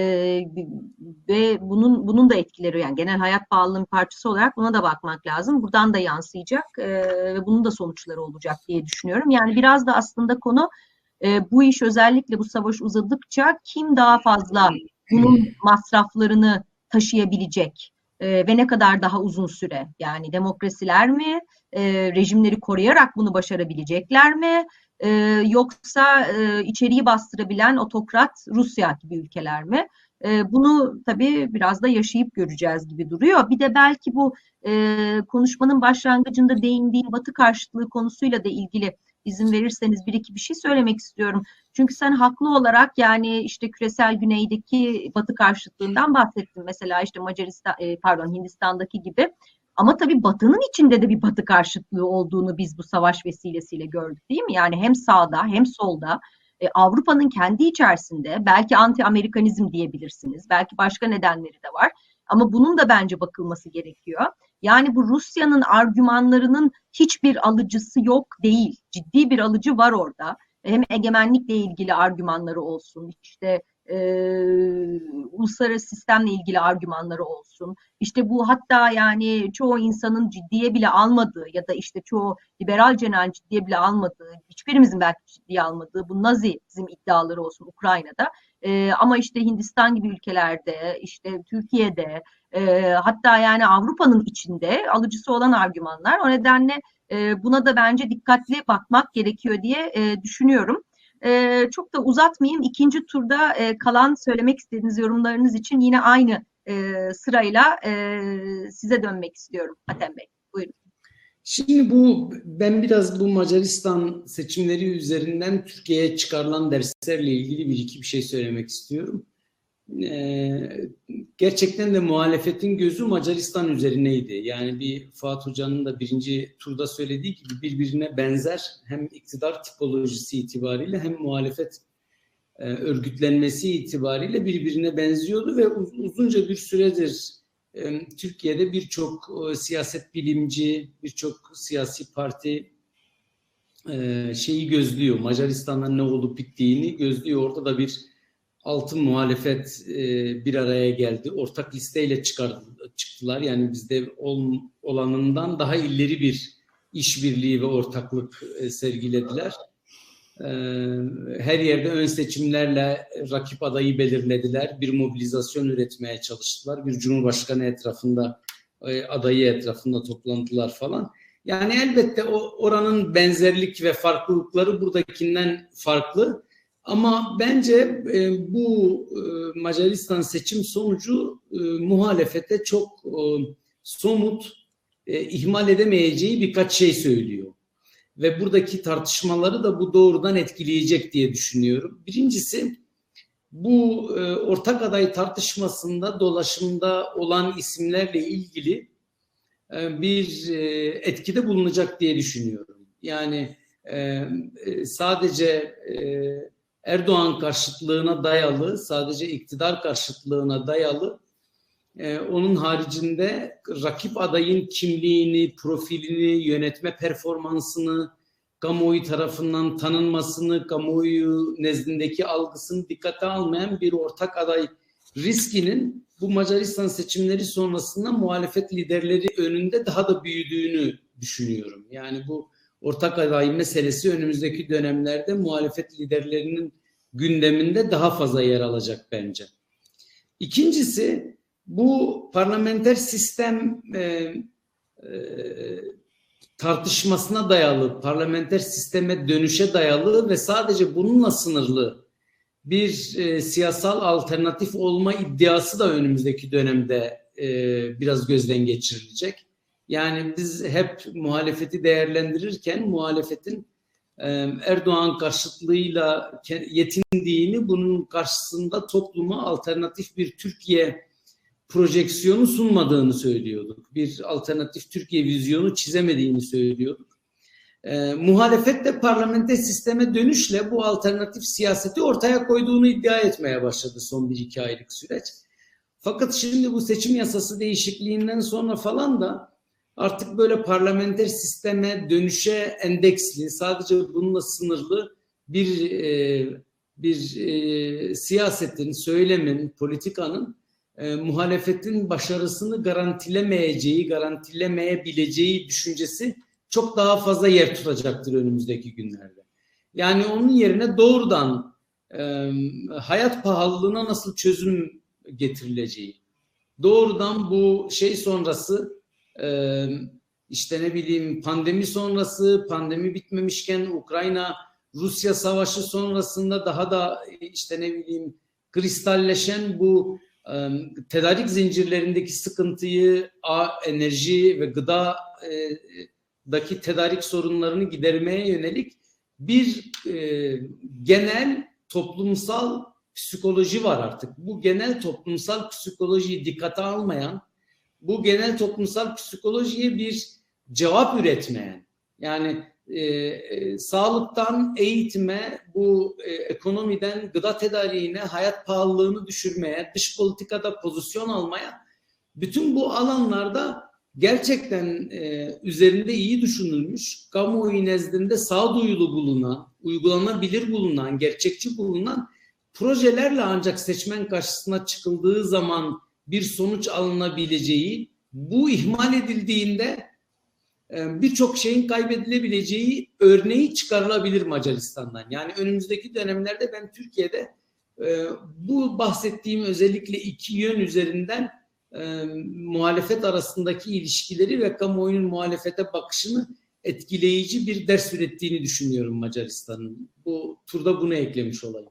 ve bunun bunun da etkileri, yani genel hayat pahalılığının parçası olarak buna da bakmak lazım. Buradan da yansıyacak e, ve bunun da sonuçları olacak diye düşünüyorum. Yani biraz da aslında konu, e, bu iş, özellikle bu savaş uzadıkça kim daha fazla bunun masraflarını taşıyabilecek e, ve ne kadar daha uzun süre, yani demokrasiler mi, e, rejimleri koruyarak bunu başarabilecekler mi, e, yoksa e, içeriği bastırabilen otokrat Rusya gibi ülkeler mi? E, bunu tabii biraz da yaşayıp göreceğiz gibi duruyor. Bir de belki bu e, konuşmanın başlangıcında değindiğim Batı karşıtlığı konusuyla da ilgili izin verirseniz bir iki bir şey söylemek istiyorum. Çünkü sen haklı olarak, yani işte küresel güneydeki Batı karşıtlığından bahsettin. Mesela işte Macaristan, pardon Hindistan'daki gibi. Ama tabii Batı'nın içinde de bir Batı karşıtlığı olduğunu biz bu savaş vesilesiyle gördük, değil mi? Yani hem sağda hem solda, e, Avrupa'nın kendi içerisinde belki anti-Amerikanizm diyebilirsiniz. Belki başka nedenleri de var. Ama bunun da bence bakılması gerekiyor. Yani bu Rusya'nın argümanlarının hiçbir alıcısı yok değil. Ciddi bir alıcı var orada. Hem egemenlikle ilgili argümanları olsun, işte e, uluslararası sistemle ilgili argümanları olsun. İşte bu, hatta yani çoğu insanın ciddiye bile almadığı ya da işte çoğu liberal cenahın ciddiye bile almadığı, hiçbirimizin belki ciddiye almadığı bu Nazizm iddiaları olsun Ukrayna'da. E, ama işte Hindistan gibi ülkelerde, işte Türkiye'de, e, hatta yani Avrupa'nın içinde alıcısı olan argümanlar. O nedenle e, buna da bence dikkatli bakmak gerekiyor diye e, düşünüyorum. E, çok da uzatmayayım. İkinci turda e, kalan söylemek istediğiniz yorumlarınız için yine aynı e, sırayla e, size dönmek istiyorum. Hatem Bey, buyurun. Şimdi bu, ben biraz bu Macaristan seçimleri üzerinden Türkiye'ye çıkarılan derslerle ilgili bir iki bir şey söylemek istiyorum. Ee, gerçekten de muhalefetin gözü Macaristan üzerineydi. Yani bir Fuat Hoca'nın da birinci turda söylediği gibi birbirine benzer hem iktidar tipolojisi itibariyle hem muhalefet e, örgütlenmesi itibariyle birbirine benziyordu ve uz- uzunca bir süredir e, Türkiye'de birçok e, siyaset bilimci, birçok siyasi parti e, şeyi gözlüyor. Macaristan'da ne olup bittiğini gözlüyor. Orada da bir altın muhalefet e, bir araya geldi. Ortak listeyle çıkardı, çıktılar. Yani bizde ol, olanından daha ileri bir işbirliği ve ortaklık e, sergilediler. E, her yerde ön seçimlerle rakip adayı belirlediler. Bir mobilizasyon üretmeye çalıştılar. Bir cumhurbaşkanı etrafında, e, adayı etrafında toplantılar falan. Yani elbette o oranın benzerlik ve farklılıkları buradakinden farklı. Ama bence e, bu e, Macaristan seçim sonucu e, muhalefete çok e, somut, e, ihmal edemeyeceği birkaç şey söylüyor. Ve buradaki tartışmaları da bu doğrudan etkileyecek diye düşünüyorum. Birincisi, bu e, ortak aday tartışmasında dolaşımda olan isimlerle ilgili e, bir e, etkide bulunacak diye düşünüyorum. Yani e, sadece e, Erdoğan karşıtlığına dayalı, sadece iktidar karşıtlığına dayalı, e, onun haricinde rakip adayın kimliğini, profilini, yönetme performansını, kamuoyu tarafından tanınmasını, kamuoyu nezdindeki algısını dikkate almayan bir ortak aday riskinin bu Macaristan seçimleri sonrasında muhalefet liderleri önünde daha da büyüdüğünü düşünüyorum. Yani bu ortak aday meselesi önümüzdeki dönemlerde muhalefet liderlerinin gündeminde daha fazla yer alacak bence. İkincisi, bu parlamenter sistem e, e, tartışmasına dayalı, parlamenter sisteme dönüşe dayalı ve sadece bununla sınırlı bir e, siyasal alternatif olma iddiası da önümüzdeki dönemde e, biraz gözden geçirilecek. Yani biz hep muhalefeti değerlendirirken muhalefetin e, Erdoğan karşıtlığıyla yetindiğini, bunun karşısında topluma alternatif bir Türkiye projeksiyonu sunmadığını söylüyorduk. Bir alternatif Türkiye vizyonu çizemediğini söylüyorduk. E, muhalefet de parlamenter sisteme dönüşle bu alternatif siyaseti ortaya koyduğunu iddia etmeye başladı son bir iki aylık süreç. Fakat şimdi bu seçim yasası değişikliğinden sonra falan da artık böyle parlamenter sisteme dönüşe endeksli, sadece bununla sınırlı bir e, bir e, siyasetin, söylemin, politikanın e, muhalefetin başarısını garantilemeyeceği, garantilemeyebileceği düşüncesi çok daha fazla yer tutacaktır önümüzdeki günlerde. Yani onun yerine doğrudan e, hayat pahalılığına nasıl çözüm getirileceği, doğrudan bu şey sonrası, e, işte ne bileyim pandemi sonrası, pandemi bitmemişken Ukrayna Rusya savaşı sonrasında daha da işte ne bileyim kristalleşen bu e, tedarik zincirlerindeki sıkıntıyı, a, enerji ve gıda e, daki tedarik sorunlarını gidermeye yönelik bir e, genel toplumsal psikoloji var artık. Bu genel toplumsal psikolojiyi dikkate almayan, bu genel toplumsal psikolojiye bir cevap üretmeyen, yani e, e, sağlıktan eğitime, bu e, ekonomiden gıda tedariğine, hayat pahalılığını düşürmeye, dış politikada pozisyon almaya, bütün bu alanlarda gerçekten e, üzerinde iyi düşünülmüş, kamuoyu nezdinde sağduyulu bulunan, uygulanabilir bulunan, gerçekçi bulunan projelerle ancak seçmen karşısına çıkıldığı zaman bir sonuç alınabileceği, bu ihmal edildiğinde e, birçok şeyin kaybedilebileceği örneği çıkarılabilir Macaristan'dan. Yani önümüzdeki dönemlerde ben Türkiye'de e, bu bahsettiğim özellikle iki yön üzerinden e, muhalefet arasındaki ilişkileri ve kamuoyunun muhalefete bakışını etkileyici bir ders ürettiğini düşünüyorum Macaristan'ın. Bu turda bunu eklemiş olayım.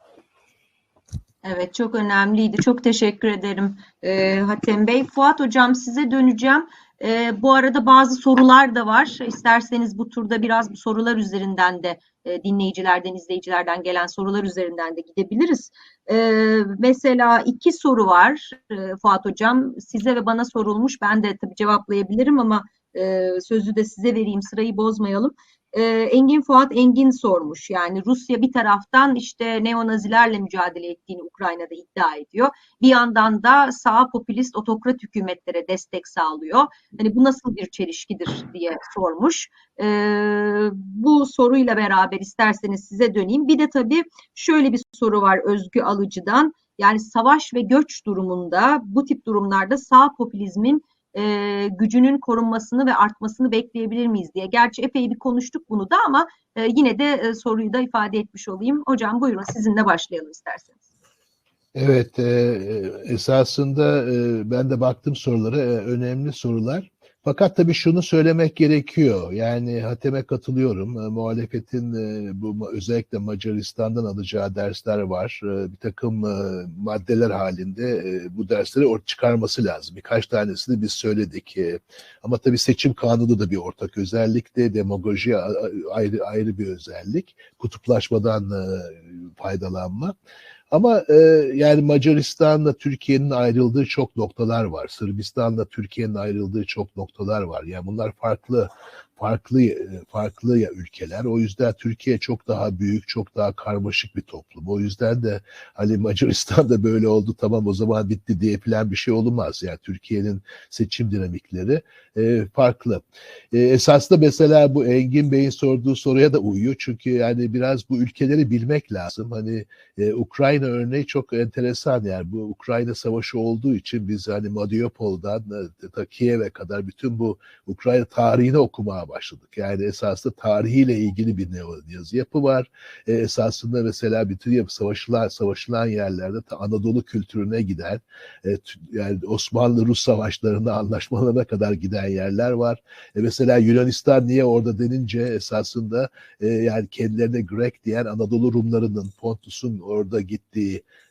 Evet, çok önemliydi. Çok teşekkür ederim e, Hatem Bey. Fuat Hocam, size döneceğim. E, bu arada bazı sorular da var. İsterseniz bu turda biraz bu sorular üzerinden de e, dinleyicilerden, izleyicilerden gelen sorular üzerinden de gidebiliriz. E, mesela iki soru var e, Fuat Hocam. Size ve bana sorulmuş. Ben de tabii cevaplayabilirim ama e, sözü de size vereyim, sırayı bozmayalım. Ee, Engin Fuat Engin sormuş. Yani Rusya bir taraftan işte neonazilerle mücadele ettiğini Ukrayna'da iddia ediyor. Bir yandan da sağ popülist otokrat hükümetlere destek sağlıyor. Hani bu nasıl bir çelişkidir diye sormuş. Ee, bu soruyla beraber isterseniz size döneyim. Bir de tabii şöyle bir soru var Özgü Alıcı'dan. Yani savaş ve göç durumunda, bu tip durumlarda sağ popülizmin E, gücünün korunmasını ve artmasını bekleyebilir miyiz diye. Gerçi epey bir konuştuk bunu da ama e, yine de e, soruyu da ifade etmiş olayım. Hocam buyurun, sizinle başlayalım isterseniz. Evet, e, esasında e, ben de baktım sorulara, e, önemli sorular. Fakat tabii şunu söylemek gerekiyor. Yani Hatem'e katılıyorum. E, muhalefetin e, bu özellikle Macaristan'dan alacağı dersler var. E, bir takım e, maddeler halinde e, bu dersleri ortaya çıkarması lazım. Birkaç tanesini biz söyledik. E, ama tabii seçim kanunu da bir ortak özellik de, demagoji ayrı ayrı bir özellik. Kutuplaşmadan e, faydalanma. Ama e, yani Macaristan'la Türkiye'nin ayrıldığı çok noktalar var. Sırbistan'la Türkiye'nin ayrıldığı çok noktalar var. Yani bunlar farklı farklı farklı ya ülkeler. O yüzden Türkiye çok daha büyük, çok daha karmaşık bir toplum. O yüzden de hani Macaristan'da böyle oldu, tamam o zaman bitti diye falan bir şey olmaz. Yani Türkiye'nin seçim dinamikleri e, farklı. E, esasında mesela bu Engin Bey'in sorduğu soruya da uyuyor. Çünkü yani biraz bu ülkeleri bilmek lazım. Hani e, Ukrayna örneği çok enteresan. Yani bu Ukrayna savaşı olduğu için biz hani Mariupol'dan ta Kiev'e kadar bütün bu Ukrayna tarihini okumaya başladık. Yani esasında tarihiyle ilgili bir yazı yapı var. E, esasında mesela bütün savaşılan savaşılan yerlerde ta Anadolu kültürüne giden, e, yani Osmanlı-Rus savaşlarına, anlaşmalarına kadar giden yerler var. E, mesela Yunanistan niye orada denince esasında e, yani kendilerine Grek diyen Anadolu Rumlarının, Pontus'un orada gittiği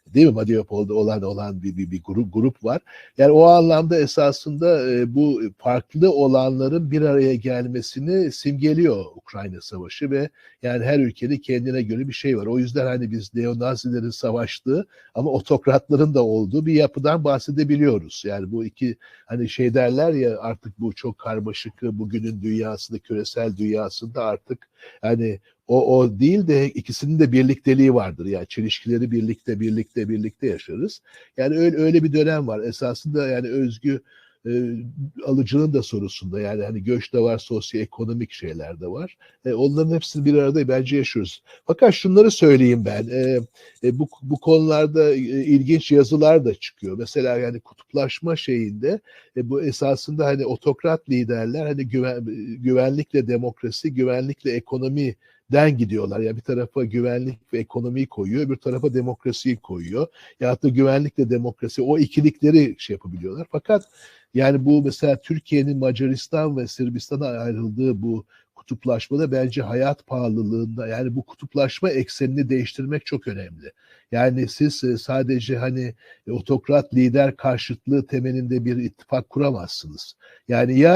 Değil mi? Mariupol'da olan olan bir, bir, bir grup grup var. Yani o anlamda esasında e, bu farklı olanların bir araya gelmesini simgeliyor Ukrayna Savaşı ve yani her ülkenin kendine göre bir şey var. O yüzden hani biz neonazilerin savaştığı ama otokratların da olduğu bir yapıdan bahsedebiliyoruz. Yani bu iki hani şey derler ya, artık bu çok karmaşık, bugünün dünyasında, küresel dünyasında artık hani o o değil de ikisinin de birlikteliği vardır. Yani çelişkileri birlikte birlikte birlikte yaşarız. Yani öyle öyle bir dönem var. Esasında yani Özgü e, Alıcı'nın da sorusunda yani hani göç de var, sosyoekonomik şeyler de var. E, onların hepsini bir arada bence yaşıyoruz. Fakat şunları söyleyeyim ben. E, e, bu bu konularda e, ilginç yazılar da çıkıyor. Mesela yani kutuplaşma şeyinde e, bu esasında hani otokrat liderler hani güven, güvenlikle demokrasi, güvenlikle ekonomi den gidiyorlar. Ya yani bir tarafa güvenlik ve ekonomiyi koyuyor, bir tarafa demokrasiyi koyuyor. Ya da güvenlikle demokrasi, o ikilikleri şey yapabiliyorlar. Fakat yani bu mesela Türkiye'nin Macaristan ve Sırbistan'a ayrıldığı bu kutuplaşmada bence hayat pahalılığında, yani bu kutuplaşma eksenini değiştirmek çok önemli. Yani siz sadece hani otokrat lider karşıtlığı temelinde bir ittifak kuramazsınız. Yani ya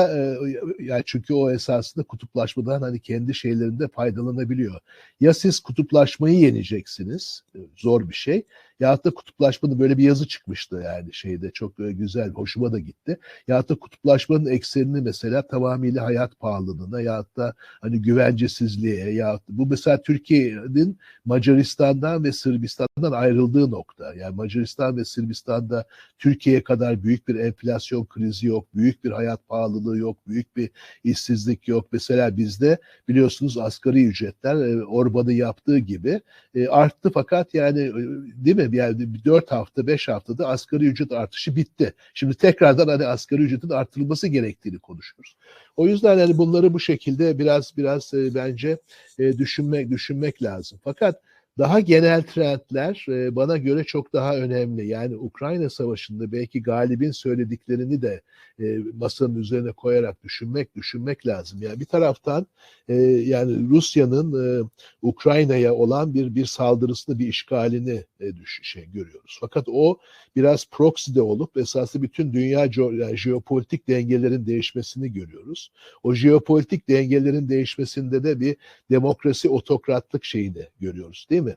ya çünkü o esasında kutuplaşmadan hani kendi şeylerinde faydalanabiliyor. Ya siz kutuplaşmayı yeneceksiniz, zor bir şey. Ya da kutuplaşmanın böyle bir yazı çıkmıştı yani şeyde, çok güzel, hoşuma da gitti. Ya da kutuplaşmanın eksenini mesela tamamıyla hayat pahalılığına ya da hani güvencesizliğe, ya bu mesela Türkiye'nin Macaristan'dan ve Sırbistan'dan ayrıldığı nokta. Yani Macaristan ve Sırbistan'da Türkiye kadar büyük bir enflasyon krizi yok, büyük bir hayat pahalılığı yok, büyük bir işsizlik yok. Mesela bizde biliyorsunuz asgari ücretler Orban'ı yaptığı gibi arttı, fakat yani değil mi? Yani dört hafta, beş haftada asgari ücret artışı bitti. Şimdi tekrardan hani asgari ücretin artırılması gerektiğini konuşuyoruz. O yüzden yani bunları bu şekilde biraz biraz e, bence e, düşünmek düşünmek lazım. Fakat daha genel trendler e, bana göre çok daha önemli. Yani Ukrayna Savaşı'nda belki galibin söylediklerini de e, masanın üzerine koyarak düşünmek düşünmek lazım. Yani bir taraftan e, yani Rusya'nın e, Ukrayna'ya olan bir bir saldırısını, bir işgalini e, düş, şey görüyoruz. Fakat o biraz proxy'de olup esasında bütün dünya yani jeopolitik dengelerin değişmesini görüyoruz. O jeopolitik dengelerin değişmesinde de bir demokrasi, otokratlık şeyini görüyoruz, değil mi?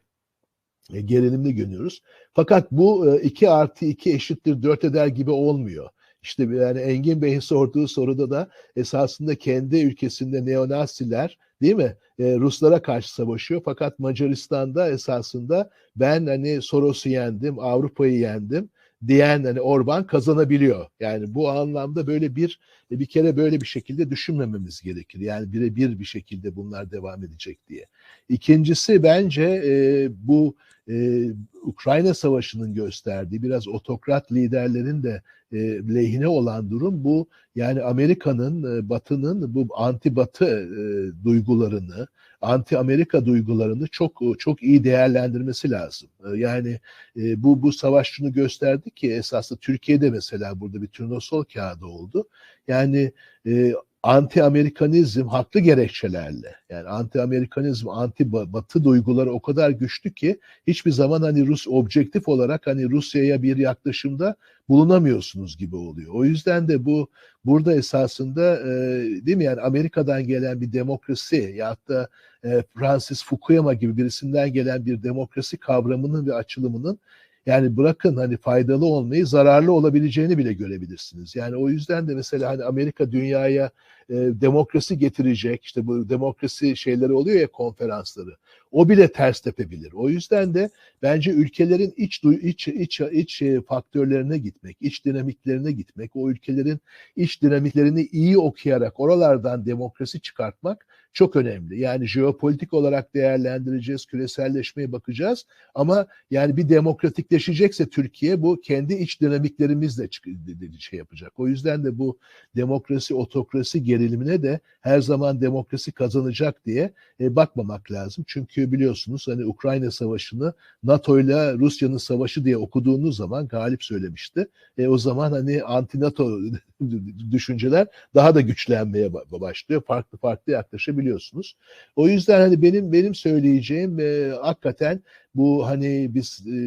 E, gerilimli görüyoruz. Fakat bu e, iki artı iki eşittir dört eder gibi olmuyor. İşte yani Engin Bey'in sorduğu soruda da esasında kendi ülkesinde neonaziler, değil mi, E, Ruslara karşı savaşıyor. Fakat Macaristan'da esasında ben hani Soros'u yendim, Avrupa'yı yendim diyen hani Orban kazanabiliyor. Yani bu anlamda böyle bir bir kere böyle bir şekilde düşünmememiz gerekir. Yani birebir bir şekilde bunlar devam edecek diye. İkincisi bence e, bu e, Ukrayna Savaşı'nın gösterdiği biraz otokrat liderlerin de e, lehine olan durum bu. Yani Amerika'nın, e, Batı'nın bu anti-Batı e, duygularını, anti-Amerika duygularını çok çok iyi değerlendirmesi lazım. E, yani e, bu bu savaş şunu gösterdi ki esasında Türkiye'de mesela burada bir turnusol kağıdı oldu. Yani e, anti-Amerikanizm haklı gerekçelerle, yani anti-Amerikanizm, anti-Batı duyguları o kadar güçlü ki hiçbir zaman hani Rus objektif olarak hani Rusya'ya bir yaklaşımda bulunamıyorsunuz gibi oluyor. O yüzden de bu burada esasında e, değil mi, yani Amerika'dan gelen bir demokrasi ya da e, Francis Fukuyama gibi birisinden gelen bir demokrasi kavramının ve açılımının yani bırakın hani faydalı olmayı, zararlı olabileceğini bile görebilirsiniz. Yani o yüzden de mesela hani Amerika dünyaya e, demokrasi getirecek, işte bu demokrasi şeyleri oluyor ya, konferansları. O bile ters tepebilir. O yüzden de bence ülkelerin iç iç iç iç faktörlerine gitmek, iç dinamiklerine gitmek, o ülkelerin iç dinamiklerini iyi okuyarak oralardan demokrasi çıkartmak çok önemli. Yani jeopolitik olarak değerlendireceğiz, küreselleşmeye bakacağız ama yani bir demokratikleşecekse Türkiye, bu kendi iç dinamiklerimizle şey yapacak. O yüzden de bu demokrasi, otokrasi gerilimine de her zaman demokrasi kazanacak diye e, bakmamak lazım. Çünkü biliyorsunuz hani Ukrayna Savaşı'nı NATO ile Rusya'nın savaşı diye okuduğunuz zaman Galip söylemişti. E, o zaman hani anti-NATO düşünceler daha da güçlenmeye başlıyor. Farklı farklı yaklaşabiliyorsunuz. O yüzden hani benim benim söyleyeceğim e, hakikaten bu hani biz e,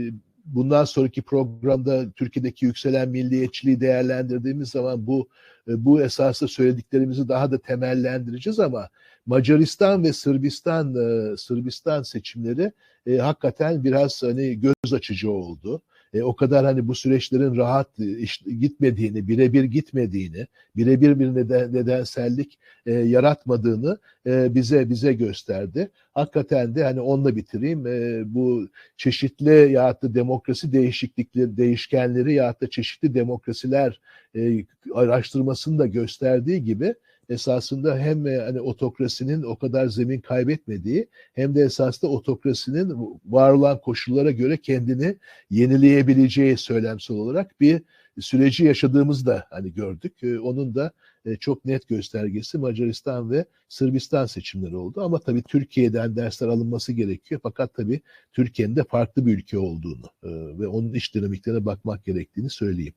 bundan sonraki programda Türkiye'deki yükselen milliyetçiliği değerlendirdiğimiz zaman bu bu esasla söylediklerimizi daha da temellendireceğiz ama Macaristan ve Sırbistan Sırbistan seçimleri e, hakikaten biraz hani göz açıcı oldu. E, o kadar hani bu süreçlerin rahat işte, gitmediğini, birebir gitmediğini, birebir bir neden, nedensellik e, yaratmadığını e, bize bize gösterdi. Hakikaten de hani onunla bitireyim. E, bu çeşitli ya da demokrasi değişiklikleri, değişkenleri ya da çeşitli demokrasiler e, araştırmasını da gösterdiği gibi esasında hem hani otokrasinin o kadar zemin kaybetmediği hem de esasında otokrasinin var olan koşullara göre kendini yenileyebileceği söylemsel olarak bir süreci yaşadığımızı da hani gördük. Onun da çok net göstergesi Macaristan ve Sırbistan seçimleri oldu. Ama tabii Türkiye'den dersler alınması gerekiyor. Fakat tabii Türkiye'nin de farklı bir ülke olduğunu ve onun iç dinamiklerine bakmak gerektiğini söyleyeyim.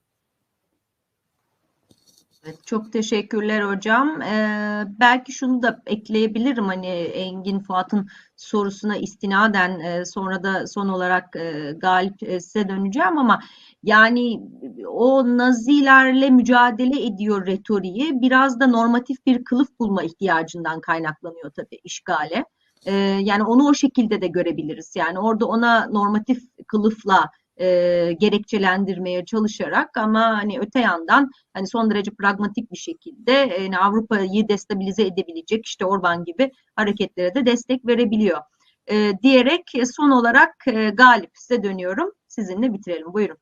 Çok teşekkürler hocam. Ee, belki şunu da ekleyebilirim hani Engin Fuat'ın sorusuna istinaden e, sonra da son olarak e, Galip e, size döneceğim ama yani o Nazilerle mücadele ediyor retoriği biraz da normatif bir kılıf bulma ihtiyacından kaynaklanıyor tabii işgale. Ee, yani onu o şekilde de görebiliriz. Yani orada ona normatif kılıfla e, gerekçelendirmeye çalışarak ama hani öte yandan hani son derece pragmatik bir şekilde yani Avrupa'yı destabilize edebilecek işte Orban gibi hareketlere de destek verebiliyor. E, diyerek son olarak e, Galip size dönüyorum. Sizinle bitirelim. Buyurun.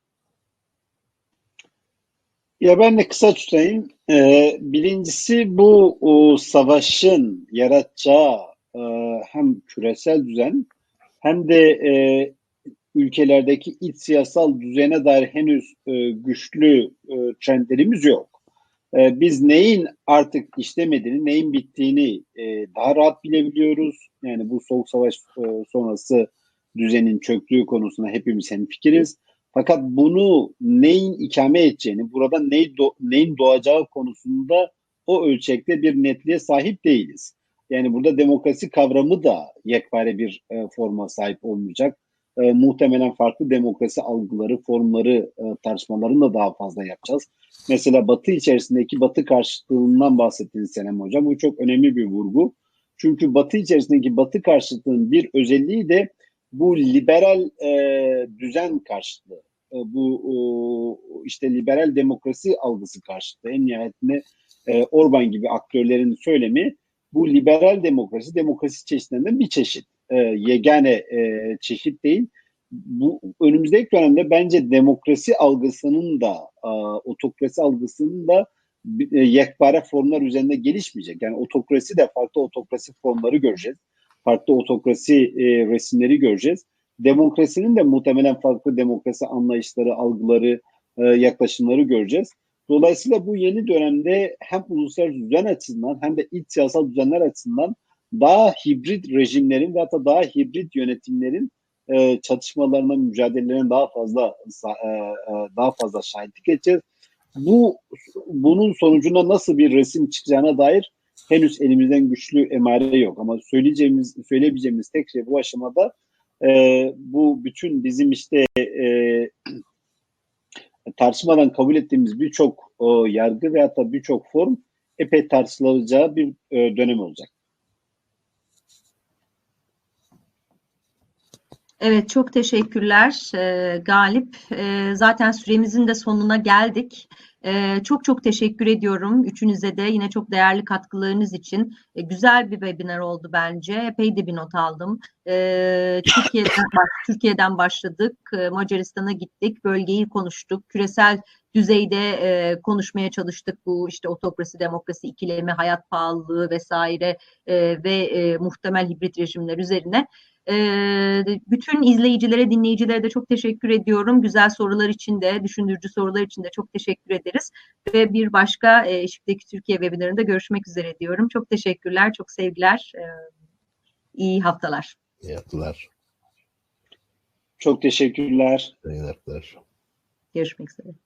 Ya ben de kısa tutayım. Ee, birincisi bu o, savaşın yaratacağı e, hem küresel düzen hem de e, ülkelerdeki iç siyasal düzene dair henüz e, güçlü e, trendlerimiz yok. E, biz neyin artık işlemediğini, neyin bittiğini e, daha rahat bilebiliyoruz. Yani bu Soğuk Savaş e, sonrası düzenin çöktüğü konusunda hepimiz hemfikiriz. Fakat bunu neyin ikame edeceğini, burada neyin, do- neyin doğacağı konusunda o ölçekte bir netliğe sahip değiliz. Yani burada demokrasi kavramı da yekpare bir e, forma sahip olmayacak. E, muhtemelen farklı demokrasi algıları, formları, e, tartışmalarını da daha fazla yapacağız. Mesela Batı içerisindeki Batı karşıtlığından bahsettiniz Senem Hocam. Bu çok önemli bir vurgu. Çünkü Batı içerisindeki Batı karşıtlığının bir özelliği de bu liberal e, düzen karşıtlığı. E, bu e, işte liberal demokrasi algısı karşıtlığı. En nihayetinde e, Orban gibi aktörlerin söylemi bu liberal demokrasi, demokrasi çeşitlerinden bir çeşit. E, yegane e, çeşit değil. Bu önümüzdeki dönemde bence demokrasi algısının da e, otokrasi algısının da e, yekpare formlar üzerinde gelişmeyecek. Yani otokrasi de farklı otokrasi formları göreceğiz. Farklı otokrasi e, resimleri göreceğiz. Demokrasinin de muhtemelen farklı demokrasi anlayışları, algıları, e, yaklaşımları göreceğiz. Dolayısıyla bu yeni dönemde hem uluslararası düzen açısından hem de iç siyasal düzenler açısından daha hibrit rejimlerin ve hatta daha hibrit yönetimlerin e, çatışmalarına, mücadelelerine daha fazla e, daha fazla şahitlik edeceğiz. Bu bunun sonucunda nasıl bir resim çıkacağına dair henüz elimizden güçlü emare yok. Ama söyleyeceğimiz, söyleyebileceğimiz tek şey bu aşamada e, bu bütün bizim işte e, tartışmadan kabul ettiğimiz birçok e, yargı ve hatta birçok form epey tartışılacağı bir e, dönem olacak. Evet, çok teşekkürler e, Galip. E, zaten süremizin de sonuna geldik. E, çok çok teşekkür ediyorum üçünüze de yine çok değerli katkılarınız için. E, güzel bir webinar oldu bence. Epey de bir not aldım. E, Türkiye'den, Türkiye'den başladık, e, Macaristan'a gittik, bölgeyi konuştuk, küresel düzeyde e, konuşmaya çalıştık bu işte otokrasi, demokrasi ikilemi, hayat pahalılığı vesaire e, ve e, muhtemel hibrit rejimler üzerine. Ee, bütün izleyicilere, dinleyicilere de çok teşekkür ediyorum. Güzel sorular için de, düşündürücü sorular için de çok teşekkür ederiz. Ve bir başka e, Eşikteki Türkiye webinarında görüşmek üzere diyorum. Çok teşekkürler, çok sevgiler. Ee, iyi haftalar. İyi haftalar. Çok teşekkürler. İyi haftalar. Görüşmek üzere.